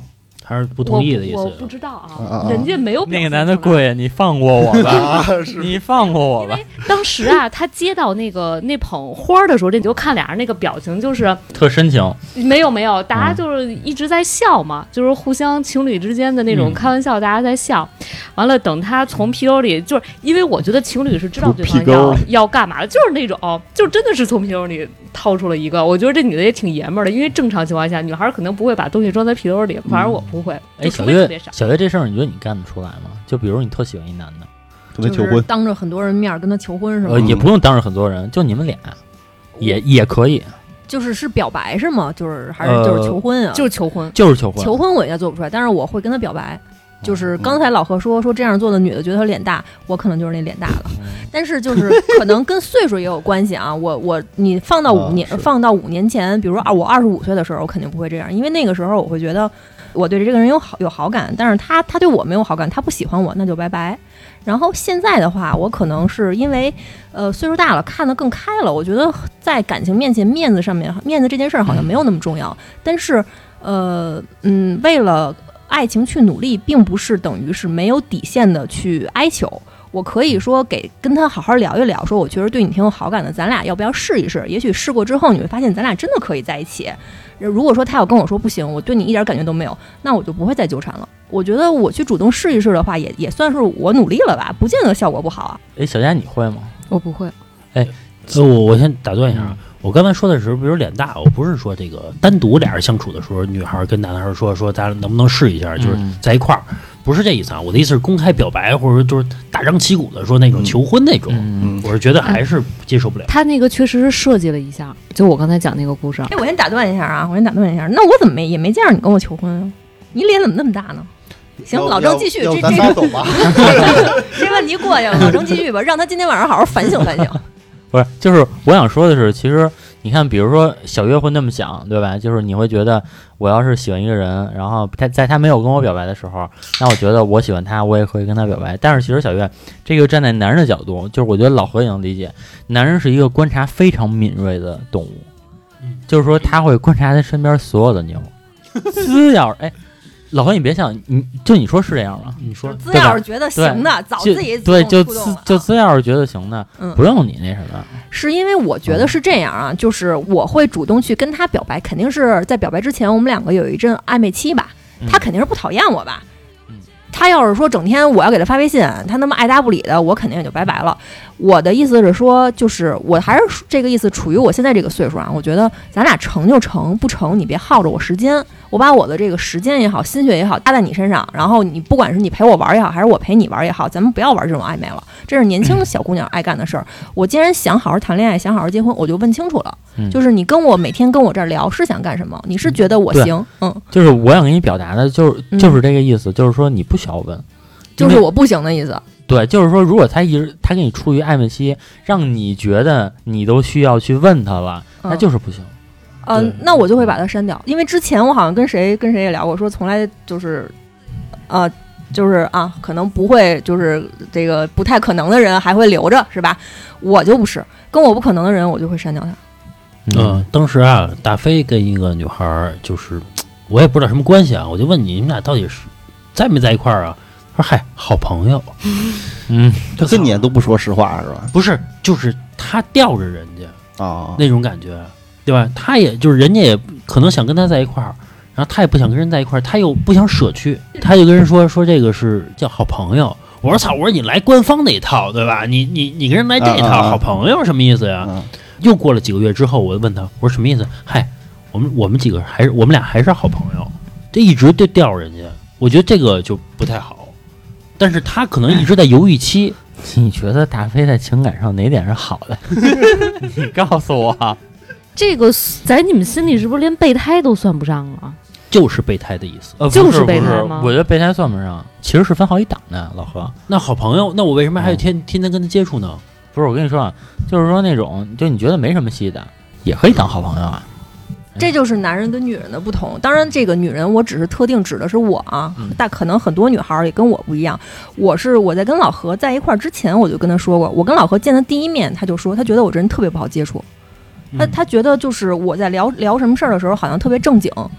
还是不同意的意思？
我不知道啊，
啊啊
人家没有表
那个男
现出来
的贵，你放过我吧，你放过我吧。
当时啊，他接到那个那捧花儿的时候，这你就看俩人那个表情，就是
特深情，
没有没有，大家就是一直在笑嘛，就是互相情侣之间的那种
嗯
开玩笑，大家在笑。完了，等他从皮兜里，就是因为我觉得情侣是知道对方
皮沟
要要干嘛的，就是那种，就真的是从皮兜里掏出了一个。我觉得这女的也挺爷们儿的，因为正常情况下，女孩可能不会把东西装在皮兜里，反正我不会。
哎，
就
小月
除非特别少，
小月这事儿，你觉得你干得出来吗？就比如你特喜欢一男的，
就是
跟他求婚，
当着很多人面跟他求婚是吗？
呃，也不用当着很多人，就你们俩，也也可以，
就是是表白是吗？就是还
呃
是就是求婚啊？
就是求婚。
就是求婚。
求婚我应该做不出来，但是我会跟他表白。就是刚才老何说说这样做的女的觉得她脸大，我可能就是那脸大的，但是就是可能跟岁数也有关系啊。我我你放到五年、
啊是
放到五年前，比如说啊，我二十五岁的时候，我肯定不会这样，因为那个时候我会觉得我对这个人有好有好感，但是他他对我没有好感，他不喜欢我，那就拜拜。然后现在的话，我可能是因为呃岁数大了，看得更开了。我觉得在感情面前，面子上面，面子这件事儿好像没有那么重要。但是呃嗯，为了爱情去努力，并不是等于是没有底线的去哀求。我可以说给跟他好好聊一聊，说我确实对你挺有好感的，咱俩要不要试一试？也许试过之后，你会发现咱俩真的可以在一起。如果说他要跟我说不行，我对你一点感觉都没有，那我就不会再纠缠了。我觉得我去主动试一试的话，也也算是我努力了吧，不见得效果不好啊。
哎，小佳你会吗？
我不会，
呃，我我先打断一下啊，我刚才说的时候，比如脸大，我不是说这个单独俩人相处的时候，女孩跟男孩说说咱能不能试一下，就是
嗯
在一块儿，不是这意思啊。我的意思是公开表白，或者说就是大张旗鼓的说那种求婚那种，
嗯，
我是觉得还是接受不了。
他那个确实是设计了一下，就我刚才讲那个故事。
哎，我先打断一下啊，我先打断一下，那我怎么没也没见着你跟我求婚啊？你脸怎么那么大呢？行，
要
老郑继续，
要要咱
这这个
仨走吧。
这问题过去了，老郑继续吧，让他今天晚上好好反省反省。
不是，就是我想说的是，其实你看，比如说小月会那么想，对吧？就是你会觉得，我要是喜欢一个人，然后他在他没有跟我表白的时候，那我觉得我喜欢他，我也可以跟他表白。但是其实小月这个站在男人的角度，就是我觉得老何也能理解，男人是一个观察非常敏锐的动物，就是说他会观察他身边所有的妞，只要哎。老何，你别想，你就你说是这样吗？
你说
资料是觉得行的，早
就
自己
对，就
主动出动了
资就资料是觉得行的，
嗯
不用你那什么。
是因为我觉得是这样啊，就是我会主动去跟他表白，肯定是在表白之前，我们两个有一阵暧昧期吧，
嗯
他肯定是不讨厌我吧。
嗯
他要是说整天我要给他发微信，他那么爱答不理的，我肯定也就拜拜了。我的意思是说，就是我还是这个意思，处于我现在这个岁数啊，我觉得咱俩成就成，不成你别耗着我时间，我把我的这个时间也好，心血也好，搭在你身上，然后你不管是你陪我玩也好，还是我陪你玩也好，咱们不要玩这种暧昧了，这是年轻的小姑娘爱干的事儿。我既然想好好谈恋爱，想好好结婚，我就问清楚了，
嗯
就是你跟我每天跟我这儿聊是想干什么？你是觉得我
对
行，嗯，
就是我想给你表达的，就是
嗯
就是这个意思，就是说你不需要问，
就是我不行的意思。
对，就是说如果他一直他跟你处于暧昧期，让你觉得你都需要去问他了，那
嗯
就是不行。
嗯、
对
那我就会把它删掉，因为之前我好像跟谁跟谁也聊过，说从来就是，呃，就是啊，可能不会，就是这个不太可能的人还会留着，是吧？我就不是，跟我不可能的人，我就会删掉他。
嗯，当时啊，大飞跟一个女孩儿，就是我也不知道什么关系啊，我就问你，你们俩到底是在没在一块儿啊？他说嗨，好朋友。
嗯，
他跟你都不说实话是吧？
不是，就是他吊着人家
啊，
那种感觉，对吧？他也就是人家也可能想跟他在一块儿，然后他也不想跟人在一块儿，他又不想舍去，他就跟人说说这个是叫好朋友。我说操，我说你来官方那一套，对吧？你你你跟人来这一套，
啊啊啊
好朋友什么意思呀？
嗯
又过了几个月之后，我问他，我说什么意思？嗨，我们我们几个还是我们俩还是好朋友，这一直就吊着人家，我觉得这个就不太好。但是他可能一直在犹豫期。
你觉得大飞在情感上哪点是好的？你告诉我。
这个在你们心里是不是连备胎都算不上啊？
就是备胎的意思。
呃，
就是
不是不是
备胎吗
我觉得备胎算不上，其实是分好几档的，老何。
那好朋友，那我为什么还要天、天天跟他接触呢？
不是我跟你说啊，就是说那种就你觉得没什么戏的，也可以当好朋友啊。
这就是男人跟女人的不同。当然，这个女人我只是特定指的是我啊，
嗯
但可能很多女孩儿也跟我不一样。我是我在跟老何在一块儿之前，我就跟他说过，我跟老何见的第一面，他就说他觉得我这人特别不好接触，他
嗯
他觉得就是我在聊聊什么事儿的时候，好像特别正经。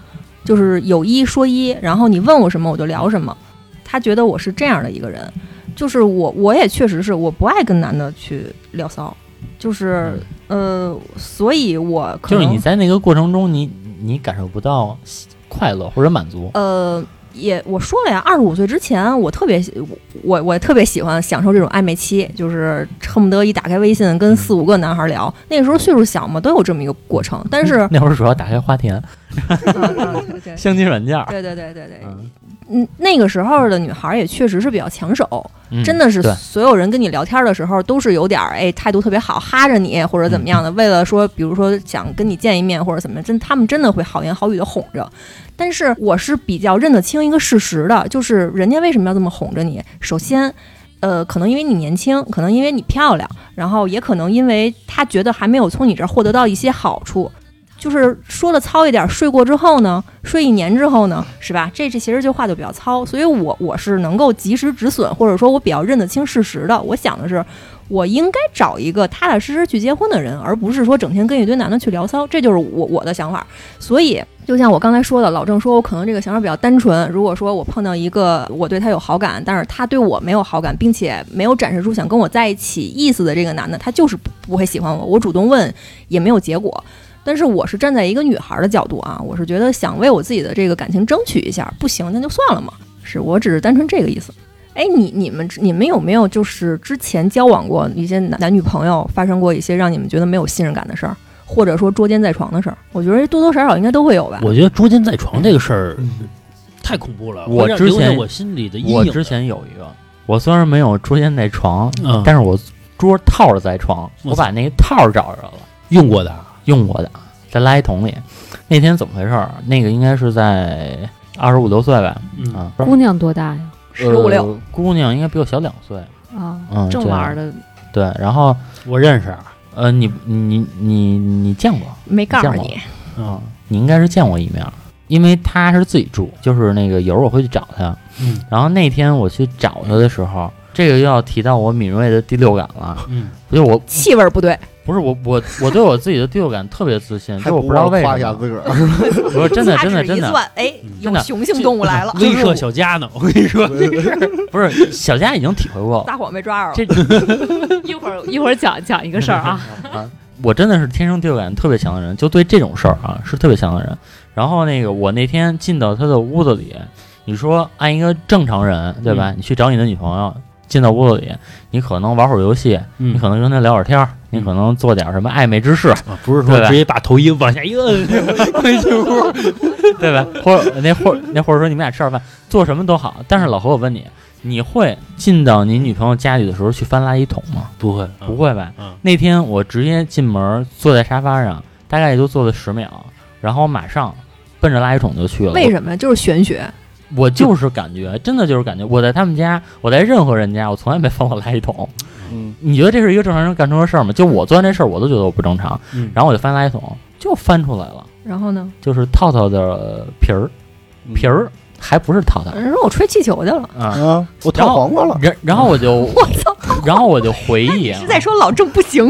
就是有一说一，然后你问我什么我就聊什么。他觉得我是这样的一个人，就是我我也确实是我不爱跟男的去聊骚，就是呃，所以我可能
就是你在那个过程中你，你你感受不到快乐或者满足。
呃。也我说了呀，二十五岁之前，我特别我我特别喜欢享受这种暧昧期，就是恨不得一打开微信跟四五个男孩聊。那个时候岁数小嘛，都有这么一个过程。但是
那会儿主要打开花田，
嗯嗯、对对
相亲软件，
对对对对对，嗯，那个时候的女孩也确实是比较抢手，
嗯、
真的是所有人跟你聊天的时候都是有点哎态度特别好，哈着你或者怎么样的，嗯、为了说比如说想跟你见一面或者怎么样，真他们真的会好言好语的哄着。但是我是比较认得清一个事实的，就是人家为什么要这么哄着你？首先，呃，可能因为你年轻，可能因为你漂亮，然后也可能因为他觉得还没有从你这儿获得到一些好处。就是说的糙一点，睡过之后呢，睡一年之后呢，是吧？这这其实这话就比较糙，所以我我是能够及时止损，或者说我比较认得清事实的。我想的是，我应该找一个踏踏实实去结婚的人，而不是说整天跟一堆男的去聊骚，这就是我我的想法。所以就像我刚才说的，老郑说我可能这个想法比较单纯。如果说我碰到一个我对他有好感，但是他对我没有好感，并且没有展示出想跟我在一起意思的这个男的，他就是不会喜欢我，我主动问也没有结果。但是我是站在一个女孩的角度啊，我是觉得想为我自己的这个感情争取一下，不行那就算了嘛。是我只是单纯这个意思。哎，你你们你们有没有就是之前交往过一些男男女朋友，发生过一些让你们觉得没有信任感的事儿，或者说捉奸在床的事儿？我觉得多多少少应该都会有吧。
我觉得捉奸在床这个事儿、嗯、太恐怖了，
我之前
我心里的阴影。
我之前有一个，我虽然没有捉奸在床，
嗯、
但是我捉套着在床，我把那个套找着了，
用过的，
用过的。在垃圾桶里，那天怎么回事？那个应该是在二十五六岁吧，
嗯
啊，
姑娘多大呀？
十五六，
姑娘应该比我小两岁
啊，
嗯，
正玩的。
对，然后
我认识，
呃，你你你你见过？
没告诉你，
嗯，你应该是见过一面，因为他是自己住，就是那个有时候我会去找他，
嗯，
然后那天我去找他的时候，这个又要提到我敏锐的第六感了，
嗯，
就我
气味不对。
不是我我我对我自己的第六感特别自信，就我不知道为什么。
夸一下自个儿，
不是真的真的真的。
哎，有雄性动物来了，
威慑小佳呢？我跟你说，
不是小佳已经体会过，
撒谎被抓着
了。
这
一会儿一会儿讲讲一个事儿啊。
啊，我真的是天生第六感特别强的人，就对这种事儿啊是特别强的人。然后那个我那天进到他的屋子里，你说按一个正常人对吧？
嗯、
你去找你的女朋友。进到屋子里，你可能玩会儿游戏，
嗯、
你可能跟他聊会儿天儿，嗯、你可能做点什么暧昧之事，
啊、不是说直接把头一往下一摁，
对吧？或者那或那或者说你们俩吃点饭，做什么都好。但是老何，我问你，你会进到你女朋友家里的时候去翻垃圾桶吗？
不会，
不会吧？
嗯、
那天我直接进门，坐在沙发上，大概也就坐了十秒，然后我马上奔着垃圾桶就去了。
为什么？就是玄学。
我就是感觉，真的就是感觉，我在他们家，我在任何人家，我从来没翻过垃圾桶。
嗯，
你觉得这是一个正常人干出的事儿吗？就我做完这事儿，我都觉得我不正常。
嗯，
然后我就翻垃圾桶，就翻出来了。
然后呢？
就是套套的皮儿，皮儿还不是套套。
人说我吹气球去了
啊！
我套黄瓜了。
然然后我就
我操！
然后我就回忆，
是在说老郑不行。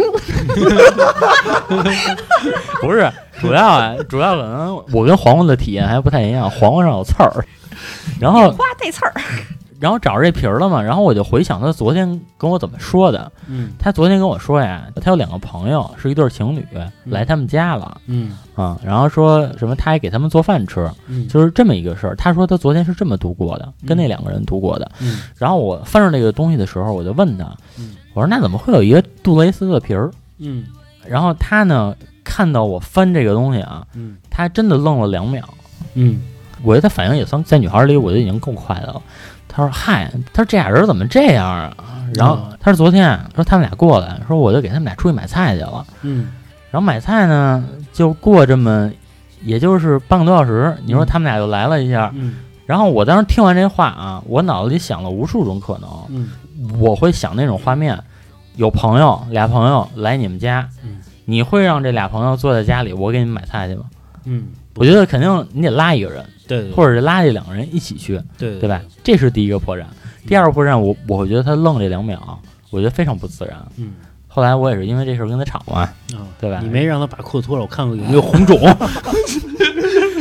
不是，主要啊，主要可能我跟黄瓜的体验还不太一样，黄瓜上有刺儿。然后
花带刺儿，
然后找着这皮儿了嘛，然后我就回想他昨天跟我怎么说的。
嗯，
他昨天跟我说呀，他有两个朋友是一对情侣、嗯、来他们家了。
嗯
啊，然后说什么他还给他们做饭吃，
嗯，
就是这么一个事儿。他说他昨天是这么度过的，嗯、跟那两个人度过的。
嗯，
然后我翻着这个东西的时候，我就问他，
嗯，
我说那怎么会有一个杜蕾斯的皮儿？
嗯，
然后他呢看到我翻这个东西啊，
嗯，
他真的愣了两秒。
嗯。
我觉得他反应也算在女孩里，我觉得已经够快的了。他说：“嗨，他说这俩人怎么这样啊？”然后他说：“昨天说他们俩过来，说我就给他们俩出去买菜去了。”
嗯，
然后买菜呢，就过这么，也就是半个多小时。你说他们俩就来了一下，
嗯，
然后我当时听完这话啊，我脑子里想了无数种可能。
嗯，
我会想那种画面，有朋友俩朋友来你们家，
嗯，
你会让这俩朋友坐在家里，我给你们买菜去吗？
嗯，
我觉得肯定你得拉一个人。
对, 对, 对，
或者是拉这两个人一起去，
对 对, 对,
对吧？这是第一个破绽。第二个破绽，我我会觉得他愣这两秒，我觉得非常不自然。
嗯，
后来我也是因为这事跟他吵嘛，
哦、
对吧？
你没让他把裤子脱了，我看看有没有红肿。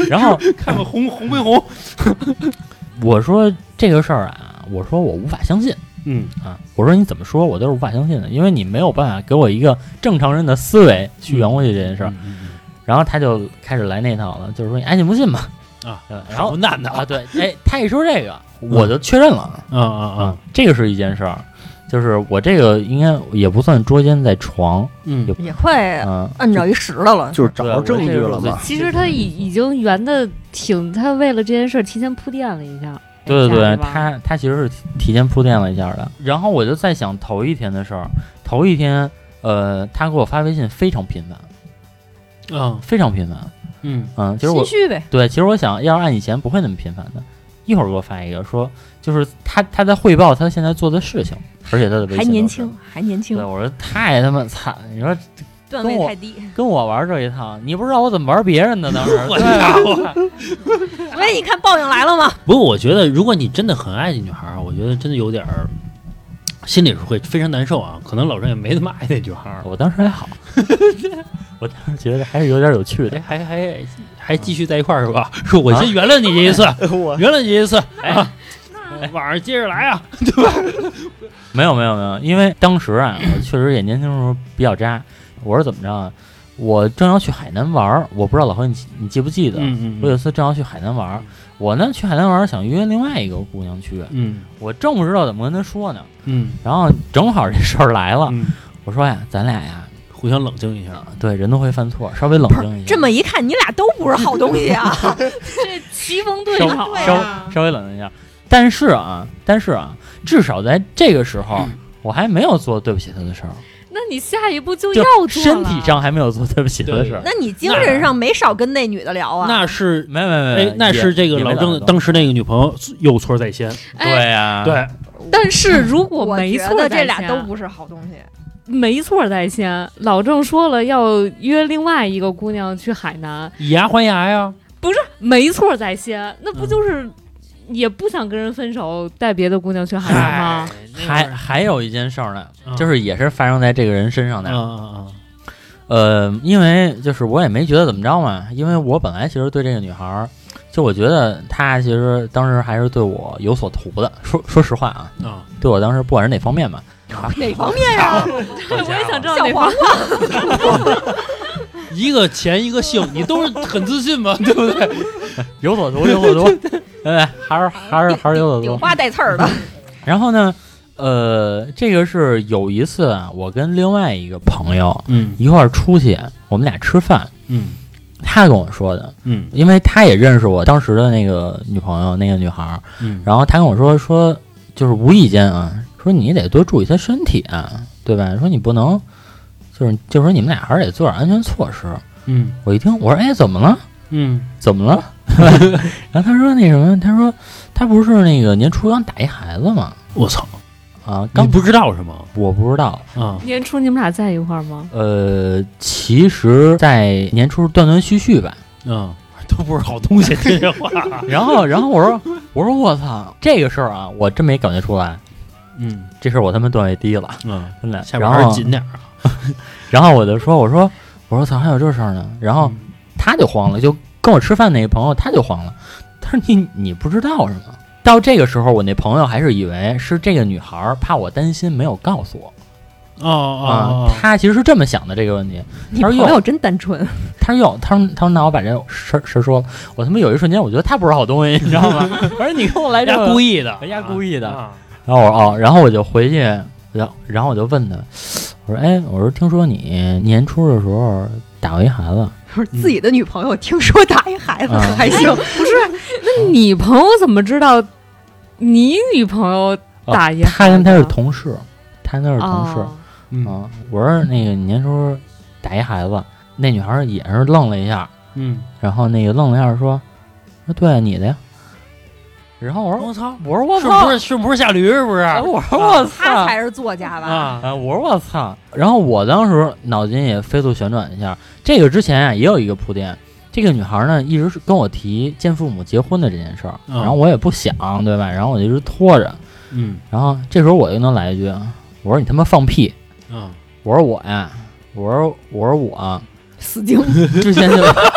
然后
看看红红没红。
我说这个事儿啊，我说我无法相信。
嗯
啊，我说你怎么说，我都是无法相信的，因为你没有办法给我一个正常人的思维去圆过去这件事儿。
嗯嗯嗯、
然后他就开始来那套了，就是说你爱信不信吧。
啊，
然后
难的
啊，对，哎，他一说这个，我就确认了。
啊啊啊，
这个是一件事儿，就是我这个应该也不算捉奸在床，
嗯，
也快
嗯，
摁着一实的了，
就是找着证据了嘛。
其实他已已经圆的挺，他为了这件事提前铺垫了一下。
对对对，他他其实是提前铺垫了一下的。然后我就在想头一天的事儿，头一天，呃，他给我发微信非常频繁，
啊，
非常频繁，
嗯
嗯，其实我
心虚呗。
对，其实我想要是按以前不会那么频繁的，一会儿给我发一个说，就是他他在汇报他现在做的事情，而且他的微信
还年轻，还年轻。
对，我说太他妈惨，你说。
段位太低，
跟我玩这一套，你不知道我怎么玩别人的当时。
我操！
所以你看报应来了吗？
不过我觉得，如果你真的很爱这女孩，我觉得真的有点儿心里是会非常难受啊。可能老郑也没那么爱那女孩，
我当时还好，我当时觉得还是有点有趣的，
还还还还继续在一块儿是吧？说我先原谅你这一次，原谅你这一次，哎，晚上接着来啊，对吧？
没有没有没有，因为当时啊，我确实也年轻时候比较渣。我是怎么着啊？我正要去海南玩，我不知道老何你你记不记得？
嗯嗯，
我有次正要去海南玩，我呢去海南玩想约另外一个姑娘去，
嗯，
我正不知道怎么跟她说呢，
嗯，
然后正好这事儿来了，
嗯、
我说呀，咱俩呀
互相冷静一下，
对，人都会犯错，稍微冷静一下。
这么一看，你俩都不是好东西啊，
这棋逢对手，
稍稍稍微冷静一下。但是啊，但是啊，至少在这个时候，我还没有做对不起他的事儿。
那你下一步就要做了，
身体上还没有做对不起他的事儿。
那你精神上没少跟那女的聊啊？
那是
没没没，
哎，那是这个老郑当时那个女朋友有错在先。
对呀，
对。
但是如果没错在先，
这俩都不是好东西。
没错在先，老郑说了要约另外一个姑娘去海南，
以牙还牙呀。
不是没错在先，那不就是？嗯也不想跟人分手，带别的姑娘去海南吗？
还还有一件事儿呢，嗯、就是也是发生在这个人身上的。
嗯嗯嗯。
呃，因为就是我也没觉得怎么着嘛，因为我本来其实对这个女孩儿，就我觉得她其实当时还是对我有所图的。说说实话啊，
嗯，
对我当时不管是哪方面吧，
哪方面啊？
我也想知道
小黄瓜。
一个钱一个性，你都是很自信嘛，对不对？
有所图，有所图，对对，还是还是还是有所图，
顶花带刺儿的。
然后呢，呃，这个是有一次啊，我跟另外一个朋友，
嗯，
一块儿出去，我们俩吃饭，
嗯，
他跟我说的，
嗯，
因为他也认识我当时的那个女朋友，那个女孩，
嗯，
然后他跟我说说，就是无意间啊，说你得多注意她身体啊，对吧？说你不能。就是就是说你们俩还是得做点安全措施。
嗯，
我一听，我说哎，怎么了？
嗯，
怎么了？然后他说那什么，他说他不是那个年初刚打一孩子吗？
我操
啊！刚
不知道是吗？
我不知道
啊。
年初你们俩在一块儿吗？
呃，其实，在年初断断续续吧。
嗯，都不是好东西，听这话。
然后，然后我说我说我操，这个事儿啊，我真没感觉出来。
嗯，
这事儿我他妈段位低了。
嗯，
真的。
下边还是紧点儿。
然后我就说，我说，我说，操，还有这事儿呢。然后他就慌了，就跟我吃饭那个朋友他就慌了。他说你你不知道是吗？到这个时候，我那朋友还是以为是这个女孩怕我担心，没有告诉我。
哦哦哦，
他其实是这么想的这个问题。
你朋友真单纯。
他说哟，他说他说那我把这事事说了。我他妈有一瞬间，我觉得他不是好东西，你知道吗？我说你跟我来这
个，故意的，
人家故意的。
啊、
然后我哦，然后我就回去，然后然后我就问他。我说哎，我说听说你年初的时候打过一孩子，
不是自己的女朋友，听说打一孩子还行，
嗯、不是？那你朋友怎么知道你女朋友打一孩子？
哦、他跟他是同事，他跟他是同事。
哦、
嗯、啊，我说那个你年初打一孩子，那女孩也是愣了一下，
嗯，
然后那个愣了一下说，说对啊，你的呀。然后我说
我操，
我说我
操，是不是是不是下驴是不是？
我说我操，
他才是作家吧？
啊，我说我操。然后我当时脑筋也飞速旋转一下，这个之前啊也有一个铺垫，这个女孩呢一直是跟我提见父母结婚的这件事儿，
嗯、
然后我也不想，对吧？然后我就一直拖着，
嗯，
然后这时候我就能来一句，我说你他妈放屁，
嗯，
我说我呀，我说我说我
死精，
之前就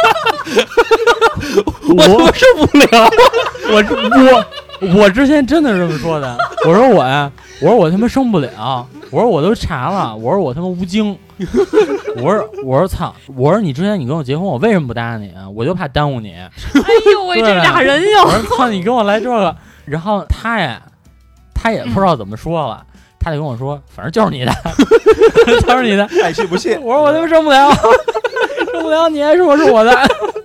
我他妈受不了。
我我我之前真的是这么说的，我说我呀，我说我他妈生不了，我说我都查了，我说我他妈无精，我说我说操，我说你之前你跟我结婚，我为什么不答应你啊？我就怕耽误你。哎
呦喂，这俩人哟！
我说操，你跟我来这个，然后他呀，他也不知道怎么说了，他就跟我说，反正就是你的，他说你的，
爱信不信。
我说我他妈生不了，生不了，你还说是我的。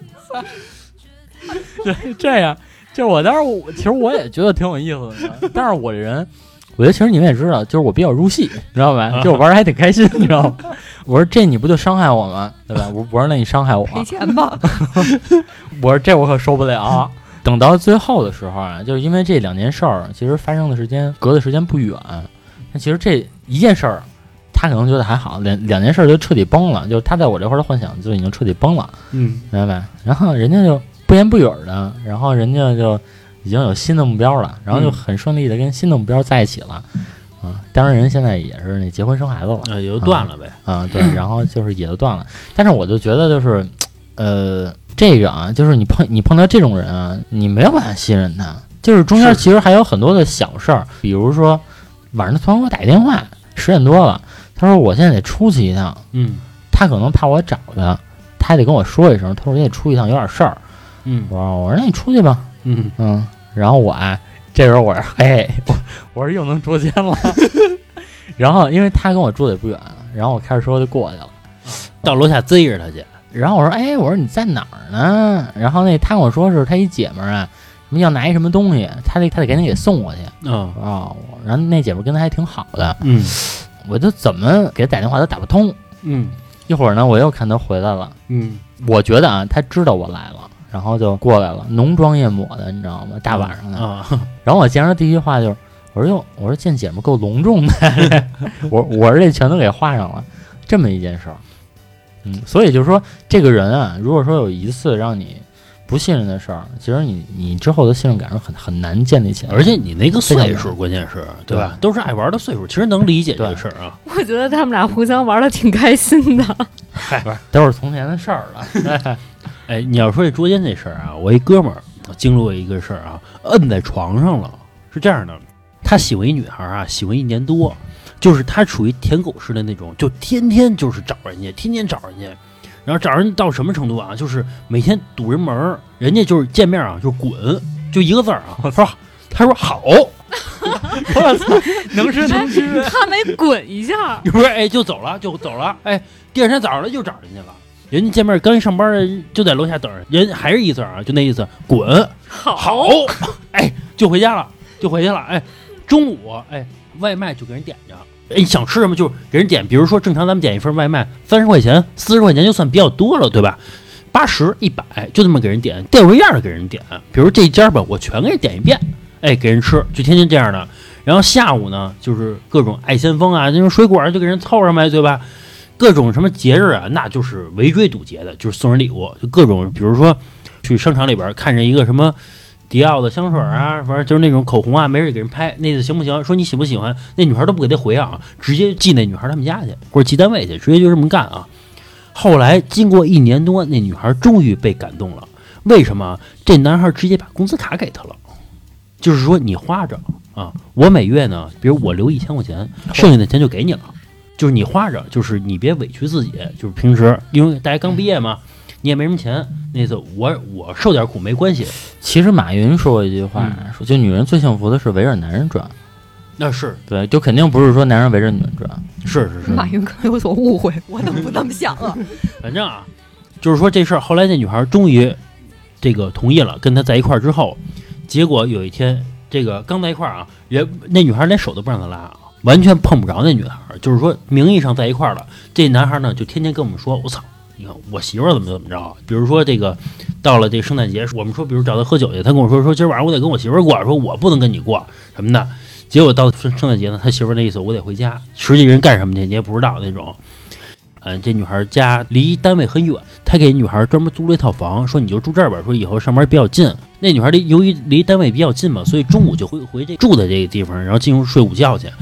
对，这样。就是我当时我其实我也觉得挺有意思的，但是我这人，我觉得其实你们也知道，就是我比较入戏，你知道吧？就我玩的还挺开心，你知道吗？我说这你不就伤害我吗？对吧？我我说那你伤害我，
赔钱吧。
我说这我可受不了。等到最后的时候啊，就是因为这两件事儿，其实发生的时间隔的时间不远，那其实这一件事儿，他可能觉得还好，两两件事就彻底崩了，就是他在我这块的幻想就已经彻底崩了，嗯，明白吧？然后人家就。不言不语的，然后人家就已经有新的目标了，然后就很顺利的跟新的目标在一起了，啊、嗯，当然人现在也是那结婚生孩子了，
啊，也就断了呗，
啊、嗯，对，然后就是也就断了。但是我就觉得就是，呃，这个啊，就是你碰你碰到这种人啊，你没有办法信任他，就是中间其实还有很多的小事儿，比如说晚上他突然给我打一电话，十点多了，他说我现在得出去一趟，嗯，他可能怕我找他，他还得跟我说一声，他说我得出一趟，有点事儿。嗯，我说我说那你出去吧，嗯嗯，然后我啊，这时候我说嘿，我我说又能捉奸了，然后因为他跟我住的也不远，然后我开着车就过去了，
到楼下追着他去，
然后我说哎，我说你在哪儿呢？然后那他跟我说是他一姐们儿啊，什么要拿一什么东西，他得他得赶紧给送过去，嗯啊，然后那姐们儿跟他还挺好的，嗯，我就怎么给他打电话都打不通，嗯，一会儿呢我又看他回来了，嗯，我觉得啊他知道我来了。然后就过来了，浓妆艳抹的，你知道吗？大晚上的。啊、然后我见着第一句话就是，我说哟，我说见姐们够隆重的，我我这全都给画上了，这么一件事儿。嗯，所以就是说，这个人啊，如果说有一次让你不信任的事儿，其实你你之后的信任感是很很难建立起来。
而且你那个岁数，关键是对吧？都是爱玩的岁数，其实能理解这个事儿啊。
我觉得他们俩互相玩的挺开心的。
嗨，都是从前的事儿了。
哎，你要说这捉奸这事儿啊，我一哥们儿经历过一个事儿啊，摁在床上了。是这样的，他喜欢一女孩啊，喜欢一年多，就是他属于舔狗式的那种，就天天就是找人家，天天找人家，然后找人到什么程度啊？就是每天堵人门儿，人家就是见面啊，就是滚，就一个字儿啊，说他说好，我操，能吃能吃，
他没滚一下，
不是哎就走了就走了，哎，第二天早上了又找人家了。人家见面刚一上班的就在楼下等着，人还是一字啊，就那意思，滚，好，哎，就回家了，就回去了，哎，中午哎外卖就给人点着，哎你想吃什么就给人点，比如说正常咱们点一份外卖三十块钱、四十块钱就算比较多了，对吧？八十、一百就这么给人点，调个样的给人点，比如这家吧，我全给人点一遍，哎，给人吃，就天天这样的。然后下午呢，就是各种爱先锋啊，那种水果就给人凑上来，对吧？各种什么节日啊，那就是围追堵截的，就是送人礼物，就各种，比如说去商场里边看着一个什么迪奥的香水啊，反正就是那种口红啊，没事给人拍，那个行不行？说你喜不喜欢？那女孩都不给他回啊，直接寄那女孩他们家去，或者寄单位去，直接就这么干啊。后来经过一年多，那女孩终于被感动了，为什么？这男孩直接把工资卡给他了，就是说你花着啊，我每月呢，比如我留一千块钱，剩下的钱就给你了。就是你花着，就是你别委屈自己，就是平时因为大家刚毕业嘛，你也没什么钱，那次我我受点苦没关系。
其实马云说过一句话，嗯、说就女人最幸福的是围着男人转。
那是
对，就肯定不是说男人围着女人转。
是是是。
马云可能有所误会，我怎么不这么想啊？
反正啊，就是说这事儿，后来那女孩终于这个同意了，跟他在一块儿之后，结果有一天这个刚在一块儿啊，人那女孩连手都不让他拉啊。完全碰不着那女孩，就是说名义上在一块儿了。这男孩呢，就天天跟我们说：“我操，你看我媳妇儿怎么怎么着。”比如说这个到了这个圣诞节，我们说，比如找他喝酒去，他跟我说说今儿晚上我得跟我媳妇儿过，说我不能跟你过什么的。结果到圣诞节呢，他媳妇儿那意思我得回家，实际人干什么去你也不知道那种。嗯，这女孩家离单位很远，他给女孩专门租了一套房，说你就住这儿吧，说以后上班比较近。那女孩离由于离单位比较近嘛，所以中午就回回这住的这个地方，然后进屋睡午觉去。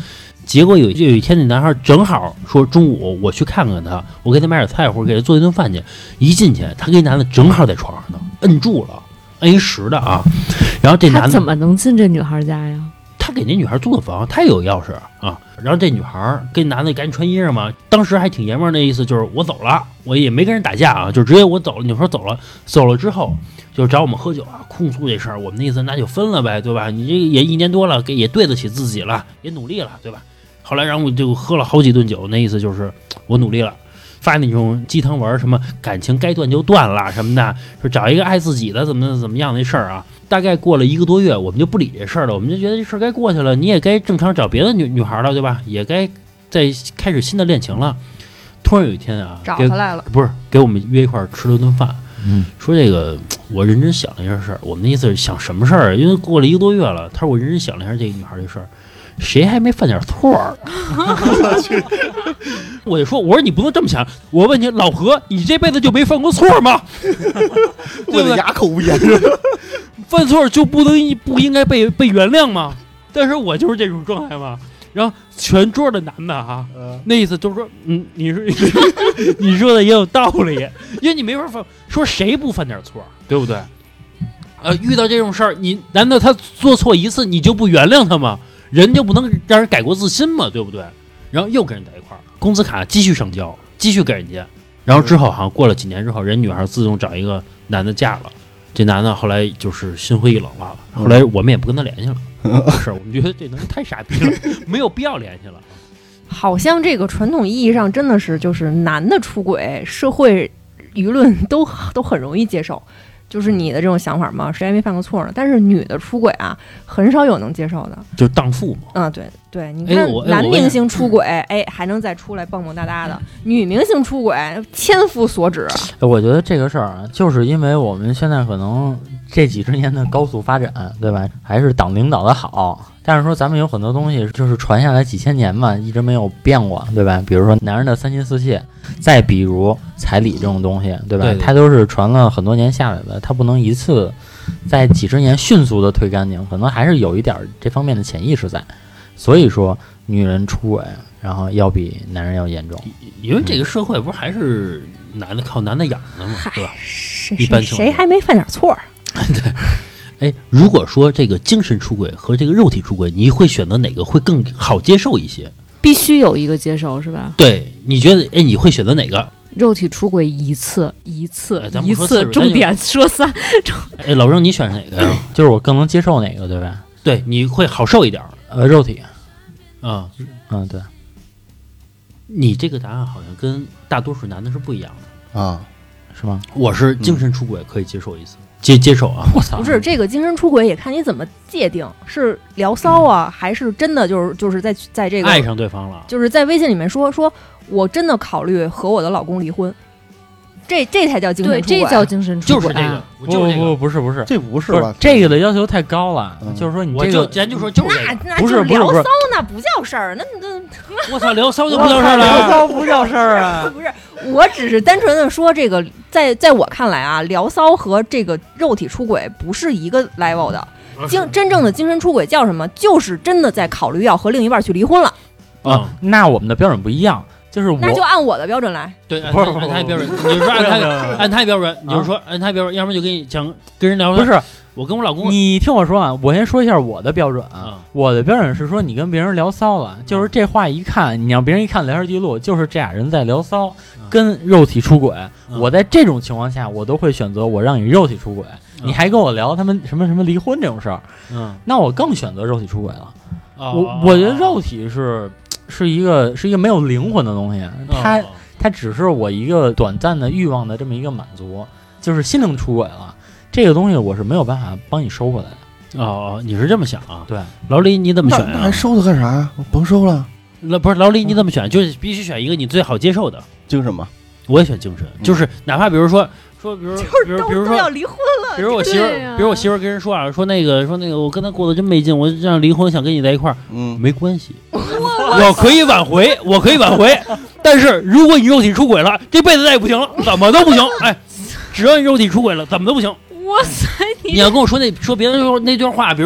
结果有有一天，那男孩正好说中午我去看看他，我给他买点菜或者给他做一顿饭去。一进去，他跟男的正好在床上呢，摁住了，摁一实的啊。然后这男的
他怎么能进这女孩家呀？
他给那女孩租的房，他也有钥匙啊。然后这女孩跟男的赶紧穿衣裳嘛，当时还挺爷们儿的意思，就是我走了，我也没跟人打架啊，就直接我走了。女孩走了，走了之后就找我们喝酒啊，控诉这事儿。我们的意思那就分了呗，对吧？你这个也一年多了，给也对得起自己了，也努力了，对吧？后来然后我就喝了好几顿酒，那意思就是我努力了。发那种鸡汤文，什么感情该断就断了什么的，说找一个爱自己的怎么怎么样的事儿啊。大概过了一个多月，我们就不理这事儿了，我们就觉得这事儿该过去了，你也该正常找别的女女孩了，对吧？也该再开始新的恋情了。突然有一天啊，
找他来了，
不是给我们约一块儿吃了顿饭，
嗯，
说这个我认真想了一下事儿，我们的意思是想什么事儿？因为过了一个多月了，他说我认真想了一下这个女孩这事儿。谁还没犯点错儿？我就说，我说你不能这么想。我问你，老何，你这辈子就没犯过错吗？
对不对？哑口无言。
犯错就不能不应该被被原谅吗？但是我就是这种状态嘛。然后全桌的男的哈、啊，那意思就是说，嗯，你说你说的也有道理，因为你没法犯，说谁不犯点错，对不对？呃，遇到这种事儿，你难道他做错一次你就不原谅他吗？人就不能让人改过自新嘛，对不对？然后又跟人在一块儿，工资卡继续上交，继续给人家。然后之后好像过了几年之后，人女孩自动找一个男的嫁了。这男的后来就是心灰意冷了，后来我们也不跟他联系了。是，我们觉得这人太傻逼了，没有必要联系了。
好像这个传统意义上真的是就是男的出轨，社会舆论都都很容易接受。就是你的这种想法吗？谁还没犯过错呢？但是女的出轨啊，很少有能接受的，
就是荡妇嘛。
嗯，对对，你看
哎
男明星出轨，哎，还能再出来蹦蹦哒哒的；女明星出轨，千夫所指。
我觉得这个事儿啊，就是因为我们现在可能这几十年的高速发展，对吧？还是党领导的好。但是说咱们有很多东西就是传下来几千年嘛，一直没有变过，对吧？比如说男人的三妻四妾，再比如彩礼这种东西，对吧？
对对
它都是传了很多年下来的，它不能一次在几十年迅速的推干净，可能还是有一点这方面的潜意识在。所以说，女人出轨，然后要比男人要严重，
因为这个社会不是还是男的靠男的养的嘛，对吧？
谁
一般
谁谁还没犯点错？
对。哎，如果说这个精神出轨和这个肉体出轨，你会选择哪个会更好接受一些？
必须有一个接受是吧？
对，你觉得哎，你会选择哪个？
肉体出轨一次一次、
哎、咱
一次，重点说三。
哎，老郑，你选哪个呀？
就是我更能接受哪个，对吧？
对，你会好受一点。
呃，肉体，
啊、
嗯，嗯，对。
你这个答案好像跟大多数男的是不一样的
啊，
是吗？
我是精神出轨可以接受一次。嗯接接受啊！
我操，
不是这个精神出轨也看你怎么界定，是聊骚啊，还是真的就是就是在在这个
爱上对方了，
就是在微信里面说说我真的考虑和我的老公离婚，这这才叫精神
对，
出轨，
这叫精神出轨，
就是这个，
不
就是这个，
不不是不是，
这不是吧？
这个的要求太高了，
嗯、
就是说你
我
这个，
就咱就说就是这个，
那
不是不是
聊
不是
骚那不叫事儿，那那
我操，聊骚就不叫事儿了，
聊骚不叫事儿啊！
不是，我只是单纯的说这个，在在我看来啊，聊骚和这个肉体出轨不是一个 level 的。精真正的精神出轨叫什么？就是真的在考虑要和另一半去离婚了
啊、嗯。
那我们的标准不一样，就是我
那就按我的标准来。
对，按按他标准，你就说按他按他标准，你就说按他标准，要不然就跟你讲跟人聊。
不是，
我跟我老公，
你听我说啊，我先说一下我的标准啊。
嗯、
我的标准是说，你跟别人聊骚了，就是这话一看，你让别人一看聊天记录，就是这俩人在聊骚，
嗯、
跟肉体出轨。
嗯、
我在这种情况下，我都会选择我让你肉体出轨。嗯、你还跟我聊他们什么什么离婚这种事儿，
嗯，
那我更选择肉体出轨了。
哦、
我我觉得肉体是是一个是一个没有灵魂的东西，它。
哦
它只是我一个短暂的欲望的这么一个满足，就是心灵出轨了。这个东西我是没有办法帮你收回来的。
哦，你是这么想啊？
对，
老李你怎么选啊？
那还收它干啥呀？甭收了。
那不是老李你怎么选？就是必须选一个你最好接受的。
精神嘛，
我也选精神，就是哪怕比如说说，比如
就是
比如
都
比如说
要离婚了，
比如我媳妇儿，比如我媳妇儿跟人说啊，说那个说那个我跟他过得真没劲，我让离婚，想跟你在一块儿，
嗯，
没关系，我可以挽回，我可以挽回。但是如果你肉体出轨了，这辈子再也不行了，怎么都不行。哎，只要你肉体出轨了，怎么都不行。
哇塞，
你要跟我说那说别人说那段话，比如说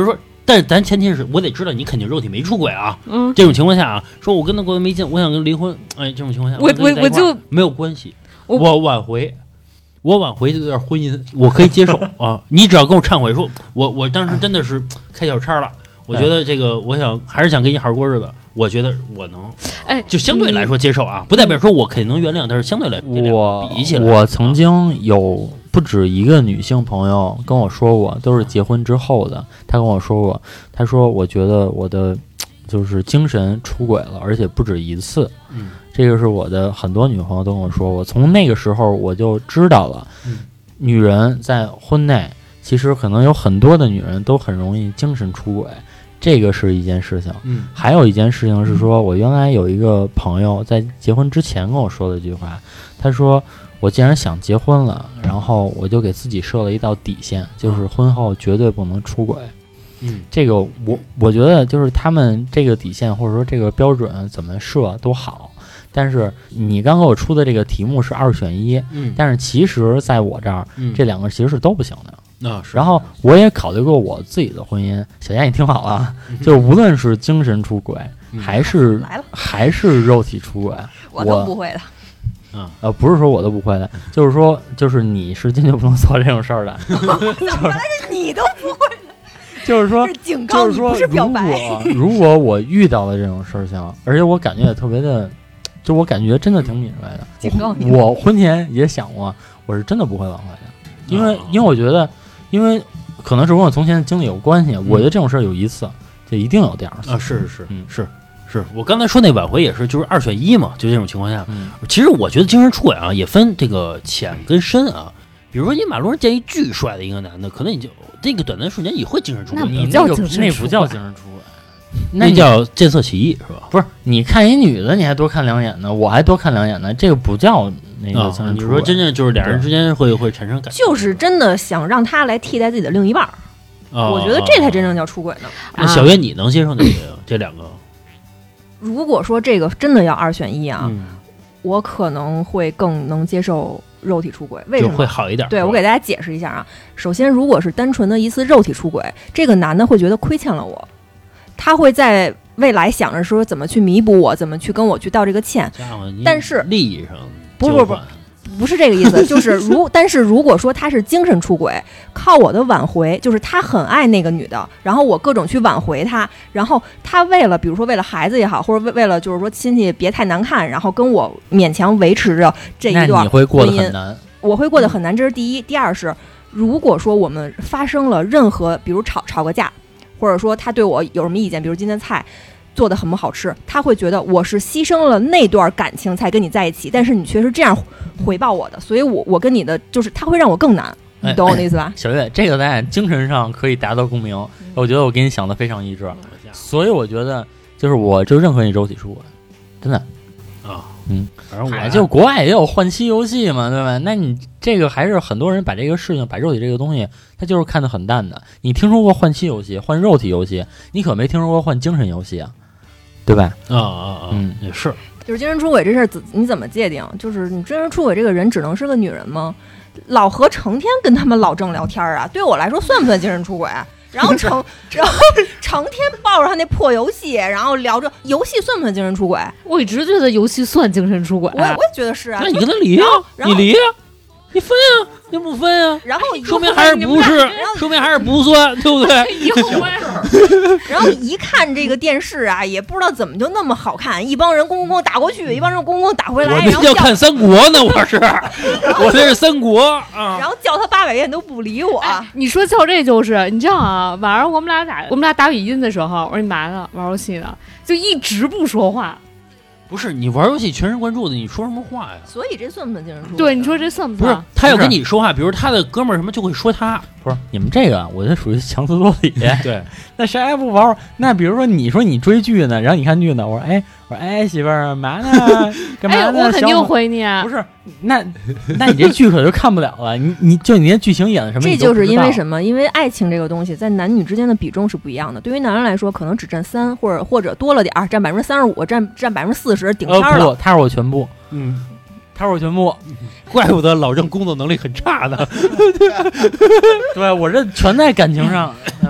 但是咱前提是我得知道你肯定肉体没出轨啊。
嗯，
这种情况下啊，说我跟他过得没劲，我想跟离婚，哎，这种情况下，
我我我就
没有关系，
我
我挽回。我挽回这段婚姻，我可以接受啊！你只要跟我忏悔，说我我当时真的是开小差了，我觉得这个，我想还是想跟你好好过日子，我觉得我能，
哎，
就相对来说接受啊，不代表说我肯定能原谅，但是相对来
我
比起来，
我曾经有不止一个女性朋友跟我说过，都是结婚之后的，她跟我说过，她说我觉得我的就是精神出轨了，而且不止一次。
嗯。
这个是我的很多女朋友都跟我说过，从那个时候我就知道了，
嗯、
女人在婚内其实可能有很多的女人都很容易精神出轨，这个是一件事情。
嗯，
还有一件事情是说，我原来有一个朋友在结婚之前跟我说的一句话，他说我既然想结婚了，然后我就给自己设了一道底线，就是婚后绝对不能出轨。
嗯，
这个我我觉得就是他们这个底线或者说这个标准怎么设都好。但是你刚给我出的这个题目是二选一，
嗯，
但是其实在我这儿，
嗯、
这两个其实是都不行的。
啊，是。
然后我也考虑过我自己的婚姻，小燕你听好啊，
嗯、
就无论是精神出轨，
嗯、
还是
来了
还是肉体出轨，
我都不会的。
啊，
呃，不是说我都不会的，就是说，就是你是坚决不能做这种事儿的。
原来是你都不会的。
就是说，
是警告你，不是表白。
如果如果我遇到了这种事情，而且我感觉也特别的。就我感觉真的挺敏锐的，
警告你
我婚前也想过，我是真的不会挽回的，因为、哦、因为我觉得，因为可能是跟我从前的经历有关系，嗯、我觉得这种事儿有一次，就一定有第二次
啊，是是是，
嗯
是是，我刚才说那挽回也是，就是二选一嘛，就这种情况下，
嗯、
其实我觉得精神出轨啊也分这个浅跟深啊，比如说你马路上见一巨帅的一个男的，可能你就这个短暂瞬间也会精神出轨，
你那个那不叫精神出轨。
那叫见色起意是吧？
不是，你看一女的，你还多看两眼呢，我还多看两眼呢，这个不叫那个精神出轨。
你说真正就是两人之间会会产生感情，
就是真的想让他来替代自己的另一半儿。
哦、
我觉得这才真正叫出轨呢。
那小月，你能接受哪个？这两个？
如果说这个真的要二选一啊，
嗯、
我可能会更能接受肉体出轨。为什么？
就会好一点。
对，我给大家解释一下啊。首先，如果是单纯的一次肉体出轨，这个男的会觉得亏欠了我。他会在未来想着说怎么去弥补我，怎么去跟我去道这个歉。但是
利益上
不是不是不是这个意思，就是如但是如果说他是精神出轨，靠我的挽回，就是他很爱那个女的，然后我各种去挽回他，然后他为了比如说为了孩子也好，或者为为了就是说亲戚别太难看，然后跟我勉强维持着这一段婚姻，
你会过得很难，
我会过得很难，这是第一。第二是，如果说我们发生了任何，比如吵吵个架。或者说他对我有什么意见，比如今天菜做的很不好吃，他会觉得我是牺牲了那段感情才跟你在一起，但是你却是这样回报我的，所以我我跟你的就是他会让我更难，你懂我的意思吧？
哎哎、小月，这个咱俩精神上可以达到共鸣，嗯、我觉得我跟你想的非常一致，嗯、所以我觉得就是我就任何一肉体出轨，真的
啊，
嗯，
反正我
就国外也有换妻游戏嘛，对吧？那你这个还是很多人把这个事情，把肉体这个东西，他就是看得很淡的。你听说过换妻游戏、换肉体游戏，你可没听说过换精神游戏啊，对吧？
啊啊啊，
嗯，
也是。
就是精神出轨这事儿，你怎么界定？就是你精神出轨这个人只能是个女人吗？老何成天跟他们老郑聊天啊，对我来说算不算精神出轨？然后成，然后成天抱着他那破游戏，然后聊着游戏算不算精神出轨？
我一直觉得游戏算精神出轨，
我我也觉得是啊。
那你跟他离啊，你离啊，你分啊，你不分啊，
然后
说明还是不是，说明还是不算，对不对？
然后一看这个电视啊，也不知道怎么就那么好看，一帮人咣咣咣打过去，一帮人咣咣打回来。
我那叫看三国呢，我是，我那是三国啊。
然后叫他八百遍都不理我。
哎、你说叫这就是，你知道啊，晚上我们俩打我们俩打语音的时候，我说你嘛呢？玩游戏呢，就一直不说话。
不是你玩游戏全神贯注的，你说什么话呀？
所以这算不算精神出轨？
对，你说这算不算？
不是，他要跟你说话，比如他的哥们儿什么就会说他。
不是你们这个，我这属于强词夺理。
对，
那谁还不玩？那比如说你说你追剧呢，然后你看剧呢，我说哎，我说哎媳妇儿嘛呢？干嘛呢？
哎，我肯定回你啊。
不是，那那你这剧可就看不了了。你你就你那剧情演的什么？
这就是因为什么？因为爱情这个东西在男女之间的比重是不一样的。对于男人来说，可能只占三，或者或者多了点儿，占百分之三十五，占占百分之四十，顶天了。
呃、不，他是我全部。
嗯。
他是我全部，
怪不得老郑工作能力很差呢。
对我这全在感情上。嗯、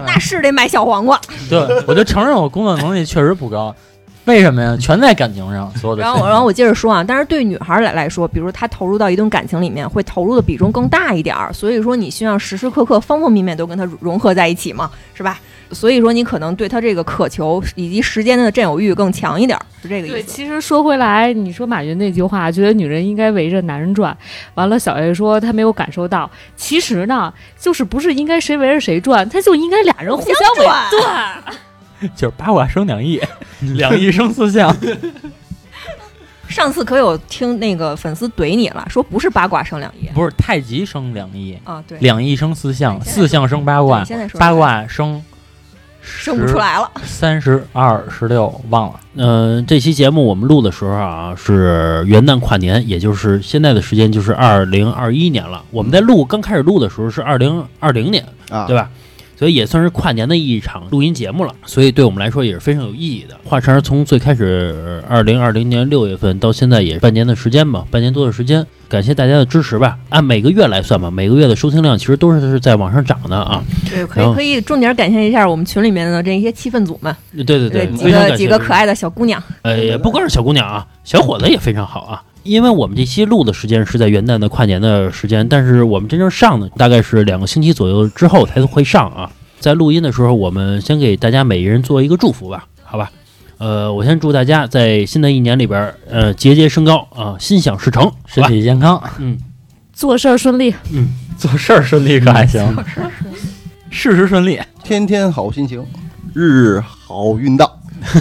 那是得买小黄瓜。
对，我就承认我工作能力确实不高。为什么呀？全在感情上，所有的。
然后我，然后我接着说啊，但是对女孩来来说，比如她投入到一段感情里面，会投入的比重更大一点儿，所以说你需要时时刻刻、方方面面都跟她融合在一起嘛，是吧？所以说你可能对她这个渴求以及时间的占有欲更强一点，是这个意思。
对，其实说回来，你说马云那句话，觉得女人应该围着男人转。完了，小 A 说他没有感受到，其实呢，就是不是应该谁围着谁转，他就应该俩人互相围
转。
对。
就是八卦生两亿，两亿生四象。
上次可有听那个粉丝怼你了，说不是八卦生两亿，
不是太极生两亿
啊，对，
两亿生四象，四象生八卦，八卦生
生不出来了，
三十二十六忘了。
嗯、呃，这期节目我们录的时候啊是元旦跨年，也就是现在的时间就是二零二一年了。我们在录刚开始录的时候是二零二零年啊，对吧？所以也算是跨年的一场录音节目了，所以对我们来说也是非常有意义的。华晨从最开始二零二零年六月份到现在也是半年的时间吧，半年多的时间，感谢大家的支持吧。按每个月来算吧，每个月的收听量其实都是在往上涨的啊。
对，可以可以重点感谢一下我们群里面的这些气氛组们。
对对对，
几个几个可爱的小姑娘。
呃，也不光是小姑娘啊，小伙子也非常好啊。因为我们这期录的时间是在元旦的跨年的时间，但是我们真正上的大概是两个星期左右之后才会上啊。在录音的时候，我们先给大家每一人做一个祝福吧，好吧？呃，我先祝大家在新的一年里边，呃，节节升高啊、呃，心想事成，
身体健康，
嗯，做事儿顺利，
嗯，做事儿顺利可还行，事事顺利，
天天好心情，日日好运到。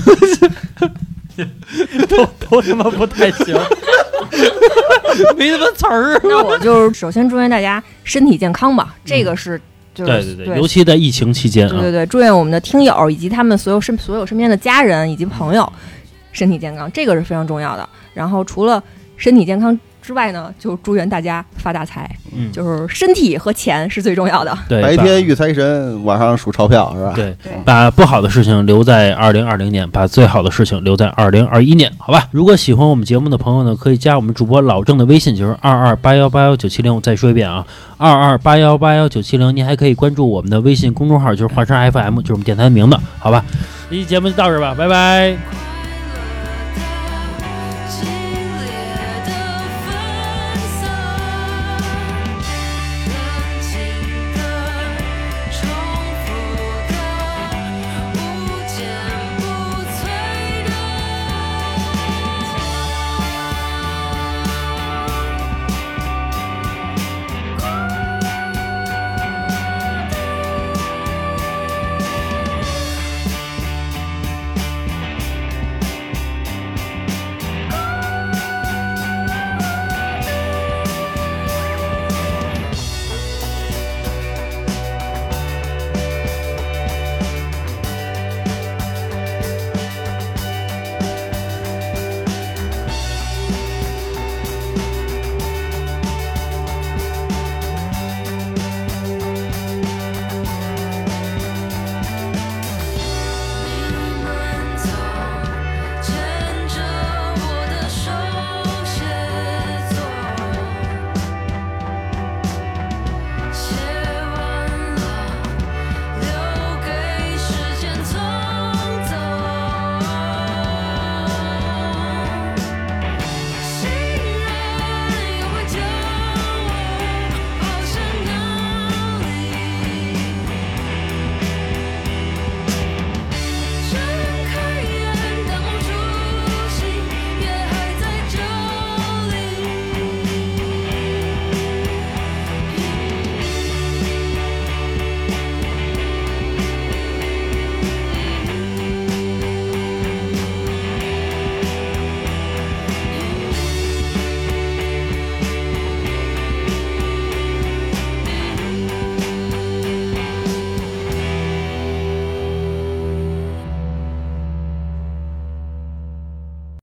都都他妈不太行，没他妈词儿。
那我就首先祝愿大家身体健康吧，这个是。就是、
对对 对, 对，尤其在疫情期间，
对对对，祝愿我们的听友以及他们所有身所有身边的家人以及朋友身体健康，这个是非常重要的。然后除了身体健康之外呢，就祝愿大家发大财，嗯，就是身体和钱是最重要的。
对，
白天遇财神，晚上数钞票，是吧？
对，把不好的事情留在二零二零年，把最好的事情留在二零二一年，好吧？如果喜欢我们节目的朋友呢，可以加我们主播老郑的微信，就是二二八幺八幺九七零。我再说一遍啊，二二八幺八幺九七零。您还可以关注我们的微信公众号，就是华山 F M， 就是我们电台的名字，好吧？这期节目就到这吧，拜拜。